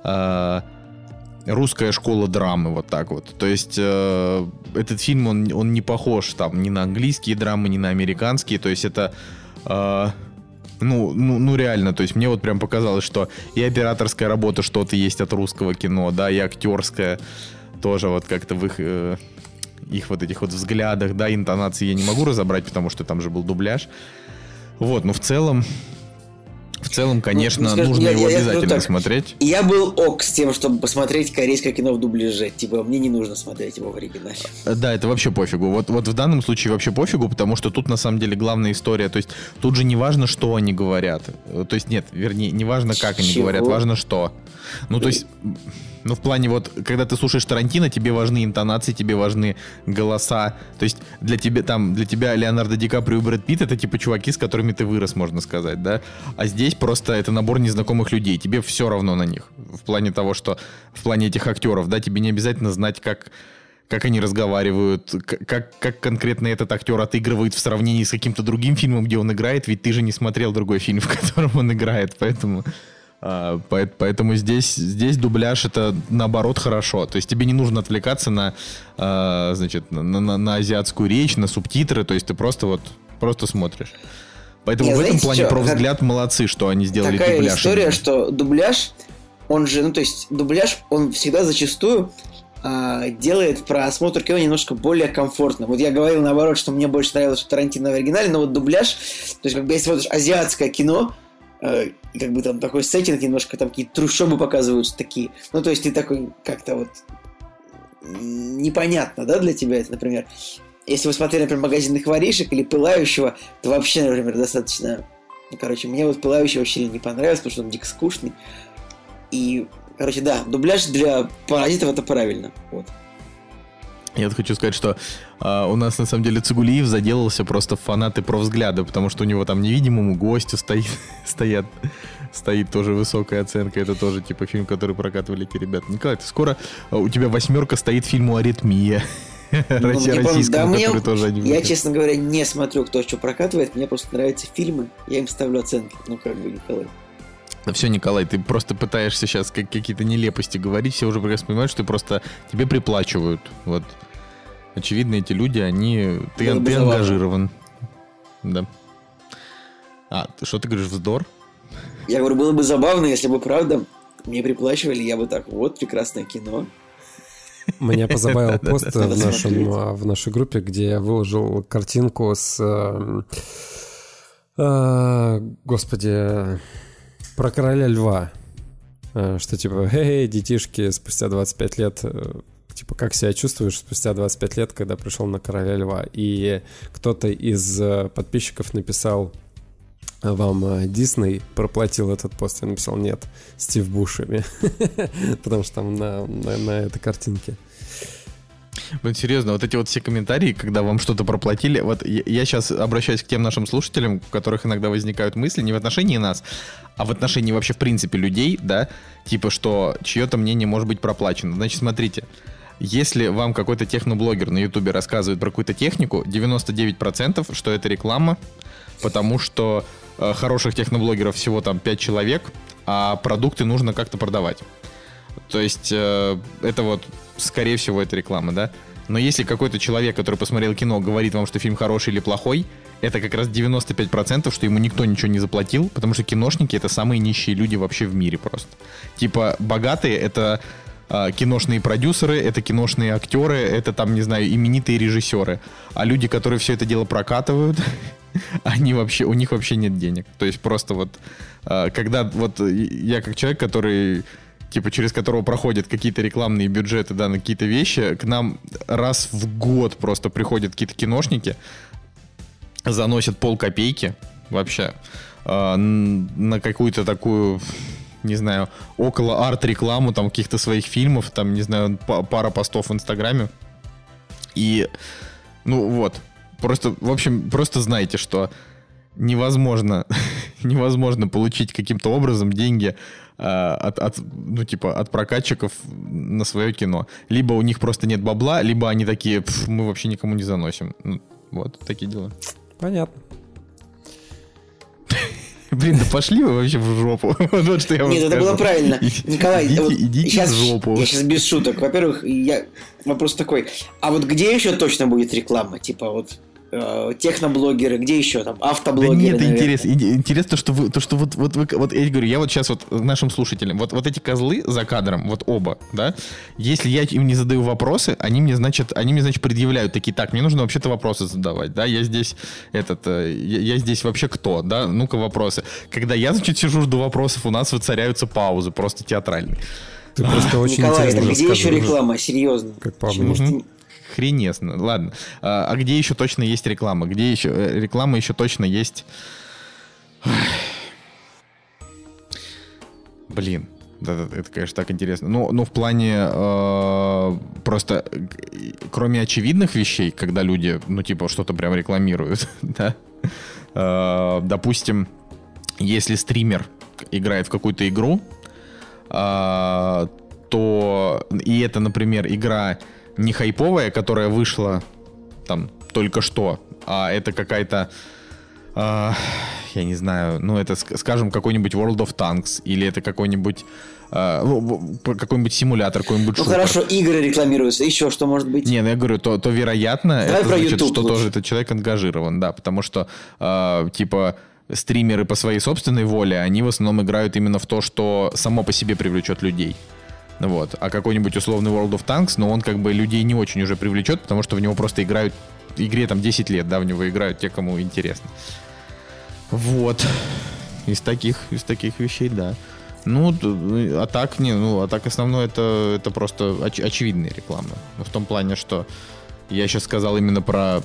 русская школа драмы, вот так вот. То есть этот фильм, он не похож там ни на английские драмы, ни на американские. То есть это... Ну, реально, то есть мне вот прям показалось, что и операторская работа что-то есть от русского кино, да, и актерская тоже вот как-то в их вот этих вот взглядах, да, интонации я не могу разобрать, потому что там же был дубляж. Вот, но в целом В целом, конечно, нужно его обязательно смотреть. Я был ок с тем, чтобы посмотреть корейское кино в дубляже. Типа, мне не нужно смотреть его в оригинале. Да, это вообще пофигу. Вот в данном случае вообще пофигу, потому что тут на самом деле главная история. То есть тут же не важно, что они говорят. То есть нет, вернее, не важно, как они говорят, важно что. Ну, то есть... Ну, в плане вот, когда ты слушаешь Тарантино, тебе важны интонации, тебе важны голоса. То есть для тебя Леонардо Ди Каприо и Брэд Питт — это типа чуваки, с которыми ты вырос, можно сказать, да? А здесь просто это набор незнакомых людей. Тебе все равно на них. В плане того, что... В плане этих актеров, да? Тебе не обязательно знать, как они разговаривают, как конкретно этот актер отыгрывает в сравнении с каким-то другим фильмом, где он играет, ведь ты же не смотрел другой фильм, в котором он играет, поэтому здесь дубляж — это наоборот хорошо. То есть тебе не нужно отвлекаться на азиатскую речь, на субтитры. То есть ты просто смотришь. Поэтому в этом плане про взгляд молодцы, что они сделали такая дубляж. Такая история, что дубляж, он же, дубляж, он всегда зачастую делает просмотр кино немножко более комфортным. Вот я говорил наоборот, что мне больше нравилось Тарантино в оригинале, но вот дубляж, то есть если смотришь азиатское кино, и как бы там такой сеттинг, немножко там какие-то трущобы показываются такие. Ну, то есть ты такой как-то вот непонятно, да, для тебя это, например. Если вы смотрели, например, «Магазинных воришек» или «Пылающего», то вообще, например, достаточно... мне вот «Пылающий» вообще не понравился, потому что он дико скучный. И, да, дубляж для паразитов — это правильно. Вот. Я хочу сказать, что у нас на самом деле Цигулиев заделался просто в фанаты про взгляды, потому что у него там «Невидимому гостю» стоит тоже высокая оценка. Это тоже типа фильм, который прокатывали эти ребята. Николай, скоро у тебя 8 стоит фильму «Аритмия». Российскому, который тоже они Я, честно говоря, не смотрю, кто что прокатывает. Мне просто нравятся фильмы, я им ставлю оценки. Николай. Да все, Николай, ты просто пытаешься сейчас какие-то нелепости говорить. Все уже прекрасно понимают, что тебе приплачивают. Вот. Очевидно, эти люди, ты ангажирован. Да. Что ты говоришь, вздор? Я говорю, было бы забавно, если бы, правда, мне приплачивали, я бы так, вот, прекрасное кино. Меня позабавил пост в нашей группе, где я выложил картинку с... про «Короля льва». Что типа, детишки, спустя 25 лет... Типа, как себя чувствуешь спустя 25 лет, когда пришел на «Короля льва»? И кто-то из подписчиков написал: вам Дисней проплатил этот пост? Я написал: нет, Стив Бушеми. Потому что там на этой картинке. Вот серьезно, вот эти вот все комментарии, когда вам что-то проплатили, вот я сейчас обращаюсь к тем нашим слушателям, у которых иногда возникают мысли не в отношении нас, а в отношении вообще в принципе людей, да, типа что чье-то мнение может быть проплачено. Значит, смотрите, если вам какой-то техноблогер на Ютубе рассказывает про какую-то технику, 99% что это реклама, потому что хороших техноблогеров всего там 5 человек, а продукты нужно как-то продавать. То есть это вот, скорее всего, это реклама, да? Но если какой-то человек, который посмотрел кино, говорит вам, что фильм хороший или плохой, это как раз 95%, что ему никто ничего не заплатил, потому что киношники — это самые нищие люди вообще в мире просто. Типа богатые — это киношные продюсеры, это киношные актеры, это там, не знаю, именитые режиссеры. А люди, которые все это дело прокатывают, у них вообще нет денег. То есть просто вот, когда вот я как человек, который... типа через которого проходят какие-то рекламные бюджеты, да, на какие-то вещи, к нам раз в год просто приходят какие-то киношники, заносят полкопейки вообще на какую-то такую, не знаю, около арт-рекламу там каких-то своих фильмов, там, не знаю, пара постов в Инстаграме. И, просто, в общем, просто знайте, что невозможно получить каким-то образом деньги от прокатчиков на свое кино. Либо у них просто нет бабла, либо они такие, мы вообще никому не заносим. Вот, такие дела. Понятно. Блин, да пошли вы вообще в жопу. Вот что я вам скажу. Нет, это было правильно. Николай, идите в жопу. Я сейчас без шуток. Во-первых, вопрос такой. А вот где еще точно будет реклама? Типа вот техноблогеры, где еще там автоблогеры. Да нет, интересно, что вы вот я говорю, я вот сейчас вот нашим слушателям, вот эти козлы за кадром, вот оба, да, если я им не задаю вопросы, они мне, значит, предъявляют такие, так, мне нужно вообще-то вопросы задавать, да, я здесь я здесь вообще кто, да, ну-ка вопросы. Когда я, значит, сижу, жду вопросов, у нас воцаряются паузы, просто театральные. Ты просто очень Николай, это где еще реклама, серьезно? Как по мне. Хренесно. Ладно. А где еще точно есть реклама? Где еще реклама еще точно есть? Блин. Да, это, конечно, так интересно. Но в плане просто кроме очевидных вещей, когда люди, ну, типа, что-то прям рекламируют, да, допустим, если стример играет в какую-то игру, то и это, например, игра не хайповая, которая вышла там только что, а это какая-то, я не знаю, ну это, скажем, какой-нибудь World of Tanks, или это какой-нибудь симулятор, какой-нибудь шутер. Ну хорошо, игры рекламируются, еще что может быть? Не, ну я говорю, то вероятно, давай это про значит, YouTube что лучше. тоже этот человек ангажирован, да, потому что, типа, стримеры по своей собственной воле, они в основном играют именно в то, что само по себе привлечет людей. Вот. А какой-нибудь условный World of Tanks, но он как бы людей не очень уже привлечет, потому что в него просто играют, игре там 10 лет, да, в него играют те, кому интересно. Вот. Из таких вещей, да. Ну, а так основное это просто очевидная реклама. В том плане, что я сейчас сказал именно про,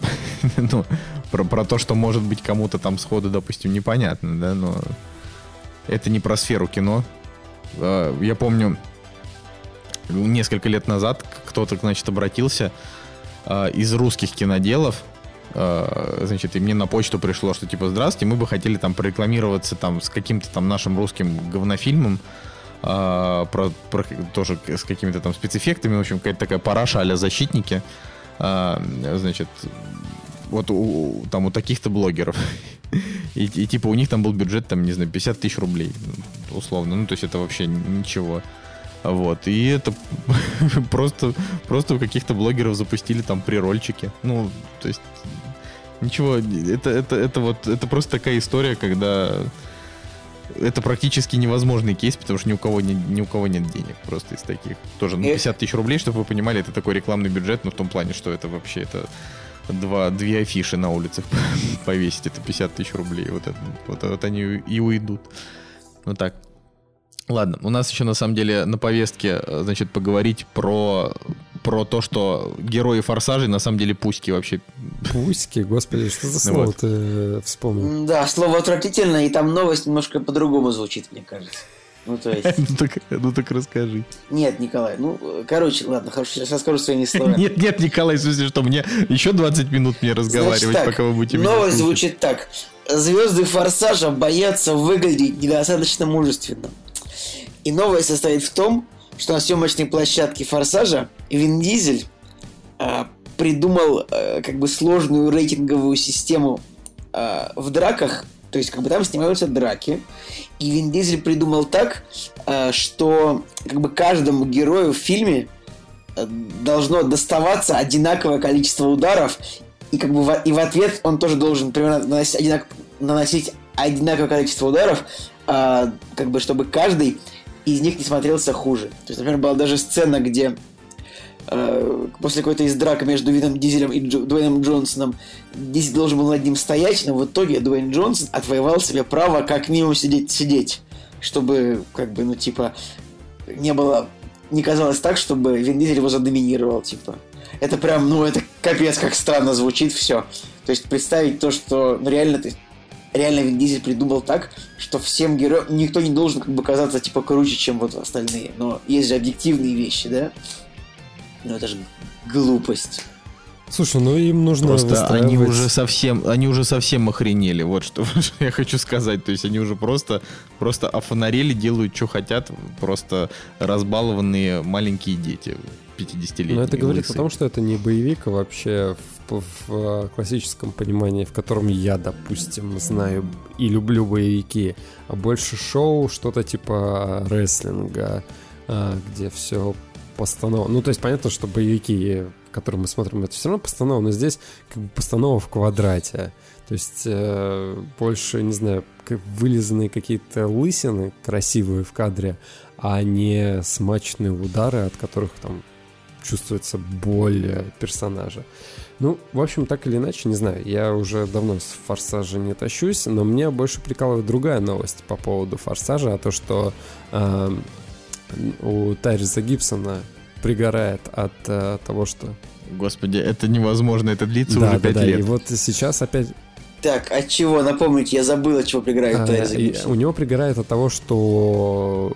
про то, что может быть кому-то там сходу, допустим, непонятно, да, но это не про сферу кино. Я помню, несколько лет назад кто-то, значит, обратился из русских киноделов, значит, и мне на почту пришло, что типа, здравствуйте, мы бы хотели там прорекламироваться там с каким-то там нашим русским говнофильмом, про тоже с какими-то там спецэффектами, в общем, какая-то такая параша а-ля «Защитники», значит, вот у таких-то блогеров. И типа у них там был бюджет, там, не знаю, 50 тысяч рублей, условно, ну, то есть это вообще ничего. Вот, и это просто у каких-то блогеров запустили там прирольчики. Ну, то есть, ничего, это просто такая история, когда это практически невозможный кейс, потому что ни у кого нет денег просто из таких. Тоже, 50 тысяч рублей, чтобы вы понимали, это такой рекламный бюджет, но в том плане, что это вообще, это две афиши на улицах повесить, это 50 тысяч рублей. Вот они и уйдут. Вот так. Ладно, у нас еще на самом деле на повестке, значит, поговорить про то, что герои «Форсажей» на самом деле пуськи вообще. Пуськи? Господи, что за слово вот ты вспомнил? Да, слово отвратительно, и там новость немножко по-другому звучит, мне кажется. Ну, то есть... ну так расскажи. Нет, Николай, короче, ладно, хорошо, сейчас расскажу своими словами. Нет, Николай, в смысле, что мне еще 20 минут мне разговаривать, значит, так, пока вы будете меня новость слушать. Звучит так. Звезды «Форсажа» боятся выглядеть недостаточно мужественно. И новость состоит в том, что на съемочной площадке «Форсажа» Вин Дизель придумал как бы сложную рейтинговую систему в драках. То есть как бы там снимаются драки. И Вин Дизель придумал так, что как бы каждому герою в фильме должно доставаться одинаковое количество ударов. И как бы в ответ он тоже должен примерно наносить одинаковое количество ударов, как бы чтобы каждый из них не смотрелся хуже. То есть, например, была даже сцена, где после какой-то из драк между Вином Дизелем и Дуэйном Джонсоном Дизель должен был над ним стоять, но в итоге Дуэйн Джонсон отвоевал себе право как минимум сидеть, чтобы как бы, не казалось так, чтобы Вин Дизель его задоминировал, типа. Это прям, это капец как странно звучит все. То есть представить то, что реально Вин Дизель придумал так, что всем героям никто не должен как бы казаться типа круче, чем вот остальные. Но есть же объективные вещи, да? Ну это же глупость. Слушай, им нужно просто они уже совсем охренели, вот что я хочу сказать. То есть они уже просто офонарели, делают, что хотят, просто разбалованные маленькие дети 50-летние. Но это говорит о том, что это не боевик, а вообще в классическом понимании, в котором я, допустим, знаю и люблю боевики, а больше шоу, что-то типа рестлинга, где все постановка. Ну, то есть понятно, что боевики который мы смотрим, это все равно постанова, но здесь как бы постанова в квадрате. То есть больше, не знаю, вылизанные какие-то лысины красивые в кадре, а не смачные удары, от которых там чувствуется боль персонажа. Ну, в общем, так или иначе, не знаю, я уже давно с «Форсажа» не тащусь, но меня больше прикалывает другая новость по поводу «Форсажа», а то, что у Тайриса Гибсона пригорает от того, что... Господи, это невозможно, это длится уже 5 лет. И вот сейчас опять... Так, от чего? Напомните, я забыл, от чего пригорает Тайриса Гибсон. У него пригорает от того, что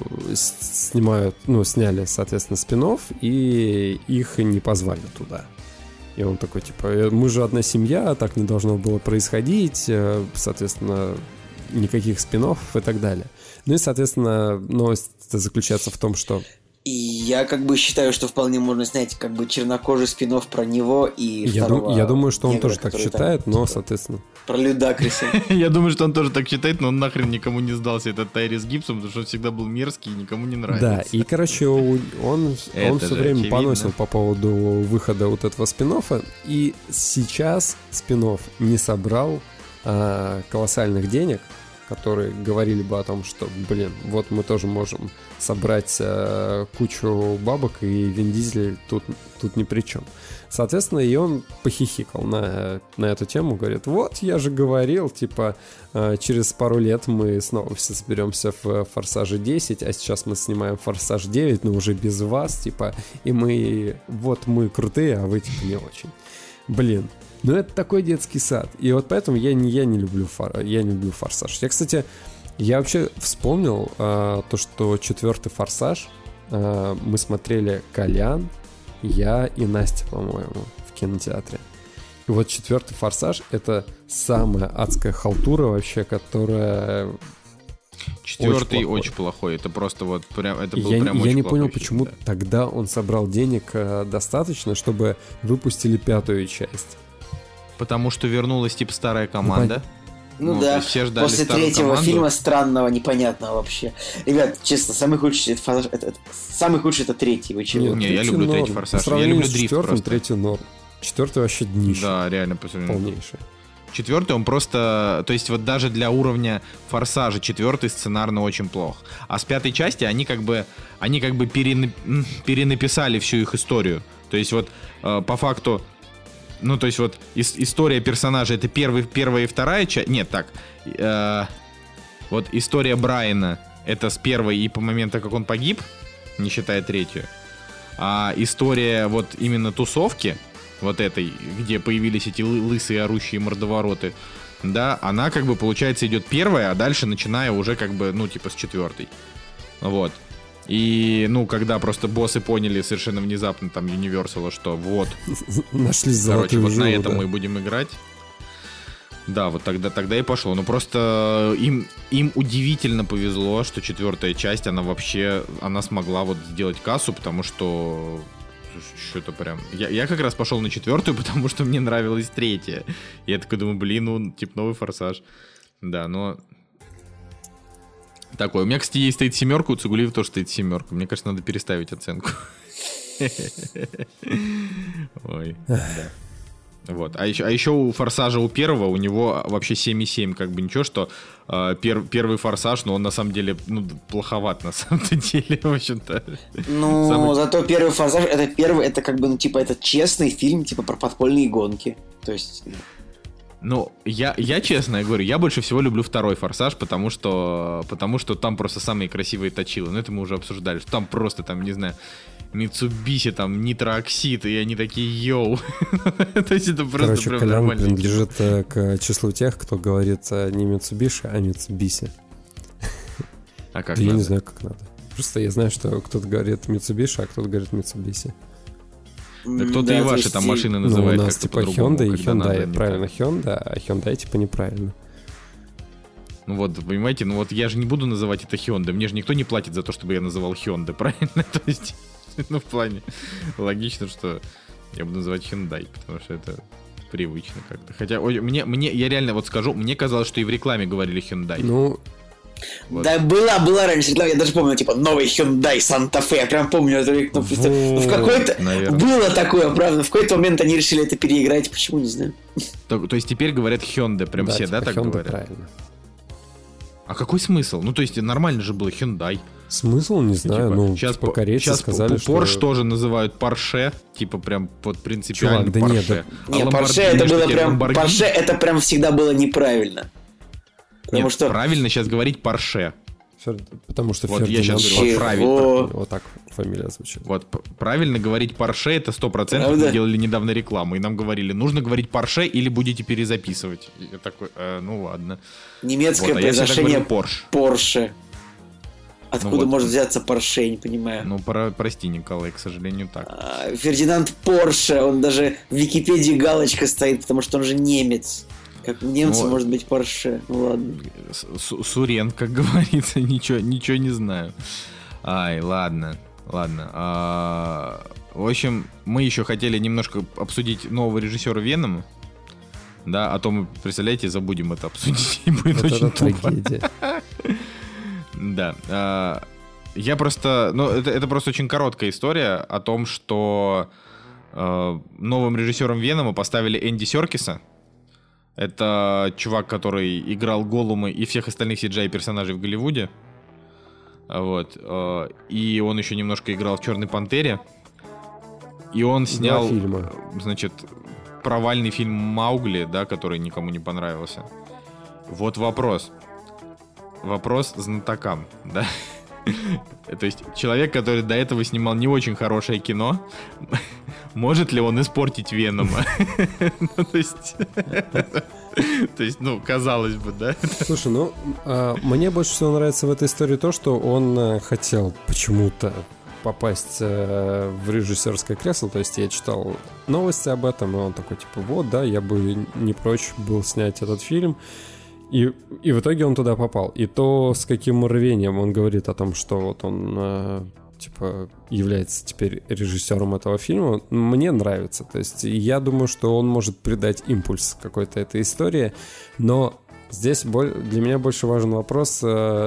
сняли, соответственно, спин-офф, и их не позвали туда. И он такой, типа, мы же одна семья, так не должно было происходить, соответственно, никаких спин-оффов и так далее. Ну и, соответственно, новость заключается в том, что... И я как бы считаю, что вполне можно снять как бы чернокожий спин-офф про него и второго я думаю, что он негра, тоже так считает, там, но, типа, соответственно... Про Людакриса. Я думаю, что он тоже так считает, но он нахрен никому не сдался, этот Тайрис Гибсон, потому что он всегда был мерзкий и никому не нравится. Да, и, короче, он все время поносил по поводу выхода вот этого спин-оффа, и сейчас спин-офф не собрал колоссальных денег, которые говорили бы о том, что, блин, вот мы тоже можем собрать кучу бабок, и Вин Дизель тут ни при чем. Соответственно, и он похихикал на эту тему, говорит, вот, я же говорил, типа, через пару лет мы снова все соберемся в «Форсаже 10», а сейчас мы снимаем «Форсаж 9», но уже без вас, типа, и мы крутые, а вы, типа, не очень. Блин. Ну, это такой детский сад. И вот поэтому я не люблю «Форсаж». Я вообще вспомнил то, что 4-й «Форсаж» мы смотрели Колян, я и Настя, по-моему, в кинотеатре. И вот 4-й «Форсаж» — это самая адская халтура вообще, которая... 4-й очень плохой. Это просто вот прям... Это был прям очень Я не плохой понял, фильм, почему да. тогда он собрал денег достаточно, чтобы выпустили 5-ю часть. Потому что вернулась, типа, старая команда. Ну да, все ждали после старую 3-го команду. фильма странного, непонятного вообще. Ребят, честно, самый худший это 3-й, вы чего? Не, я люблю 3-й «Форсаж». Я люблю дрифт просто. 3-й норм. 4-й вообще днище. Да, реально, по сравнению. Полнейшее. 4-й он просто... То есть вот даже для уровня «Форсажа» 4-й сценарно очень плох. А с 5-й части они как бы перенаписали всю их историю. То есть вот по факту... Ну, то есть вот история персонажа — это первая и вторая часть. Нет, так. Вот история Брайана — это с первой и по моменту, как он погиб, не считая 3-ю. А история вот именно тусовки, вот этой, где появились эти лысые орущие мордовороты, да, она как бы, получается, идет первая, а дальше начиная уже как бы, ну, типа с 4-й. Вот. И, ну, когда просто боссы поняли совершенно внезапно, там, Universal, что вот... Нашли золотую вот жилу, на этом да. мы будем играть. Да, вот тогда и пошло. Ну, просто им удивительно повезло, что 4-я часть, она смогла вот сделать кассу, потому что... Что-то прям... Я как раз пошел на 4-ю, потому что мне нравилась 3-я. Я такой думаю, блин, ну, типа, новый «Форсаж». Да, но... Такой. У меня, кстати, есть стоит 7, у Цугулиева тоже стоит 7. Мне кажется, надо переставить оценку. Ой, да. Вот. А еще у «Форсажа», у первого, у него вообще 7,7. Как бы ничего, что первый «Форсаж», но он на самом деле, ну, плоховат на самом-то деле, в общем-то. Ну, зато первый «Форсаж», это как бы, ну, типа, это честный фильм, типа, про подпольные гонки. То есть... Ну, я честно говорю, я больше всего люблю 2-й «Форсаж», потому что там просто самые красивые точилы. Ну, это мы уже обсуждали, что там просто, там, не знаю, Mitsubishi, там, нитрооксид, и они такие, йоу. То есть это просто Короче, прям Колян нормально. принадлежит к числу тех, кто говорит не Mitsubishi, а Mitsubishi. А как Да я надо? не знаю, как надо. Просто я знаю, что кто-то говорит Mitsubishi, а кто-то говорит Mitsubishi. Да кто-то и ваши там машины называет ну, у нас как-то типа по-другому. Hyundai и когда надо, Hyundai. не Правильно, так. Hyundai, а Hyundai типа неправильно. Ну вот, понимаете, ну вот я же не буду называть это Hyundai. Мне же никто не платит за то, чтобы я называл Hyundai, правильно? То есть, ну в плане логично, что я буду называть Hyundai, потому что это привычно как-то. Хотя я реально вот скажу, мне казалось, что и в рекламе говорили Hyundai. Ну, Вот. Да, была раньше реклама, я даже помню, типа, новый Hyundai Santa Fe, я прям помню эту рекламу. В какой-то... Было такое, правда, в какой-то момент они решили это переиграть, почему, не знаю. То есть теперь говорят Hyundai, прям да, все, типа да, так Hyundai, говорят? правильно. А какой смысл? Ну, то есть нормально же было Hyundai. Смысл, не знаю, типа, ну, сейчас типа корейцы сказали, что... Porsche тоже называют Porsche, типа прям вот принципиально Чувак, да Porsche. нет, да... Не, Porsche это было прям... Porsche это прям всегда было неправильно. Потому Нет, что... правильно сейчас говорить Porsche. Потому что Вот я Фердинанд... сейчас говорю, вот правильно. Вот так фамилия звучит. Вот правильно говорить Porsche, это 100%. Правда? Мы делали недавно рекламу, и нам говорили, нужно говорить Porsche или будете перезаписывать. Я такой, ну ладно. Немецкое вот, произношение Porsche. Porsche. Откуда вот. Может взяться Porsche, я не понимаю. Ну, прости, Николай, к сожалению, так. Фердинанд Порше, он даже в Википедии галочка стоит, потому что он же немец. Как немцы может быть Porsche. Ну ладно. Сурен, как говорится, ничего не знаю. Ай, ладно. В общем, мы еще хотели немножко обсудить нового режиссера Венома. Да, а то мы, представляете, забудем это обсудить, и будет вот очень тупо. Трагедия. Да. Я просто... Ну, это просто очень короткая история о том, что новым режиссером Венома поставили Энди Серкиса. Это чувак, который играл Голлума и всех остальных CGI-персонажей в Голливуде. Вот. И он еще немножко играл в «Черной пантере». И он снял, значит, провальный фильм «Маугли», да, который никому не понравился. Вот вопрос. Вопрос знатокам, да? То есть человек, который до этого снимал не очень хорошее кино, может ли он испортить Венома? То есть, ну, казалось бы, да? Слушай, ну, мне больше всего нравится в этой истории то, что он хотел почему-то попасть в режиссерское кресло. То есть я читал новости об этом, и он такой, типа, вот, да, я бы не прочь был снять этот фильм. И в итоге он туда попал. И то, с каким рвением он говорит о том, что вот он, типа, является теперь режиссером этого фильма, мне нравится. То есть я думаю, что он может придать импульс какой-то этой истории. Но здесь для меня больше важен вопрос.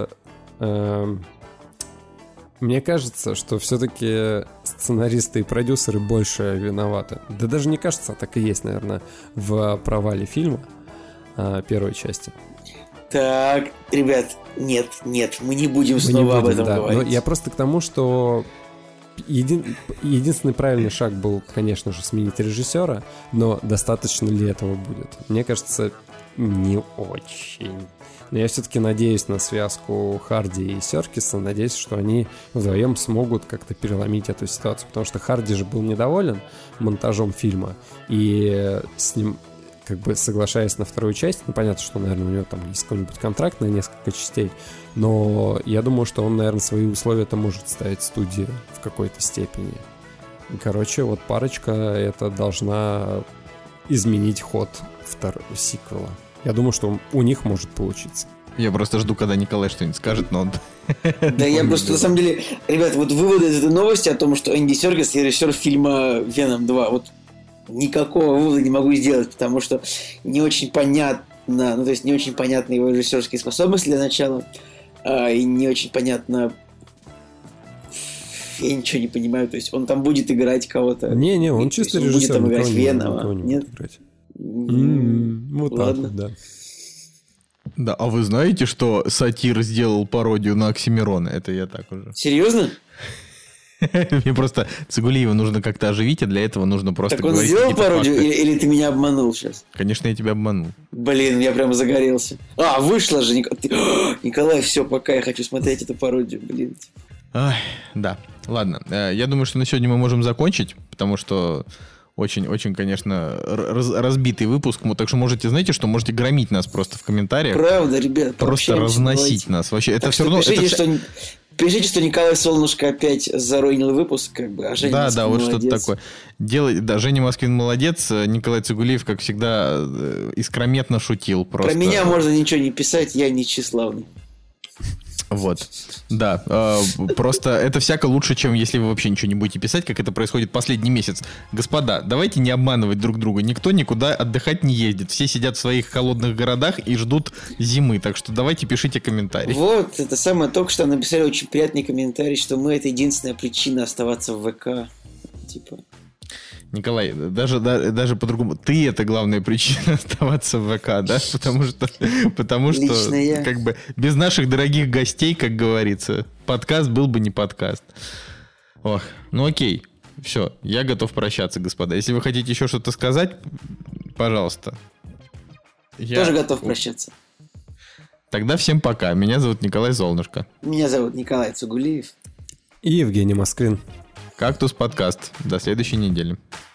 Мне кажется, что все-таки сценаристы и продюсеры больше виноваты. Да даже не кажется, а так и есть, наверное, в провале фильма первой части. Так, ребят, нет, мы не будем снова об этом говорить. Но я просто к тому, что единственный правильный шаг был, конечно же, сменить режиссера, но достаточно ли этого будет? Мне кажется, не очень. Но я все-таки надеюсь на связку Харди и Серкиса, надеюсь, что они вдвоем смогут как-то переломить эту ситуацию, потому что Харди же был недоволен монтажом фильма, и с ним, как бы соглашаясь на вторую часть, ну, понятно, что, наверное, у него там есть какой-нибудь контракт на несколько частей, но я думаю, что он, наверное, свои условия-то может ставить студии в какой-то степени. Короче, вот парочка это должна изменить ход сиквела. Я думаю, что у них может получиться. Я просто жду, когда Николай что-нибудь скажет, но он... Да я просто, на самом деле, ребят, вот выводы из этой новости о том, что Энди Серкис режиссер фильма «Веном 2», вот никакого вывода не могу сделать, потому что не очень понятно, ну, то есть не очень понятны его режиссерские способности для начала, и не очень понятно, я ничего не понимаю, то есть он там будет играть кого-то. Не, он чисто режиссер. Будет там играть Венома, нет? Вот ладно. Так, да. Да, а вы знаете, что сатир сделал пародию на Оксимирона? Это я так уже. Серьезно? Мне просто Цигулиева нужно как-то оживить, а для этого нужно просто так он говорить сделал пародию факты. или ты меня обманул сейчас? Конечно, я тебя обманул. Блин, я прямо загорелся. Вышла же. Николай, все, пока я хочу смотреть эту пародию, блин. Ай, да, ладно. Я думаю, что на сегодня мы можем закончить, потому что очень, конечно, разбитый выпуск. Так что можете, знаете, что можете громить нас просто в комментариях. Правда, ребят. Просто разносить нас. Вообще, это все равно... Пишите, что Николай Солнышко опять заруинил выпуск, как бы, а Женя Москвин да, вот молодец. что-то такое. Да, Женя Москвин молодец, Николай Цигулиев, как всегда, искрометно шутил просто. Про меня можно ничего не писать, я не тщеславный. Вот, да, просто это всяко лучше, чем если вы вообще ничего не будете писать, как это происходит последний месяц. Господа, давайте не обманывать друг друга, никто никуда отдыхать не ездит, все сидят в своих холодных городах и ждут зимы, так что давайте пишите комментарии. Вот, это самое, только что написали очень приятный комментарий, что мы — это единственная причина оставаться в ВК, типа... Николай, даже по-другому, ты это главная причина оставаться в ВК, да? Потому что как бы без наших дорогих гостей, как говорится, подкаст был бы не подкаст. Ох, ну окей, все, я готов прощаться, господа. Если вы хотите еще что-то сказать, пожалуйста. Тоже готов прощаться. Тогда всем пока. Меня зовут Николай Солнышко. Меня зовут Николай Цугулиев. И Евгений Москвин. «Кактус» подкаст. До следующей недели.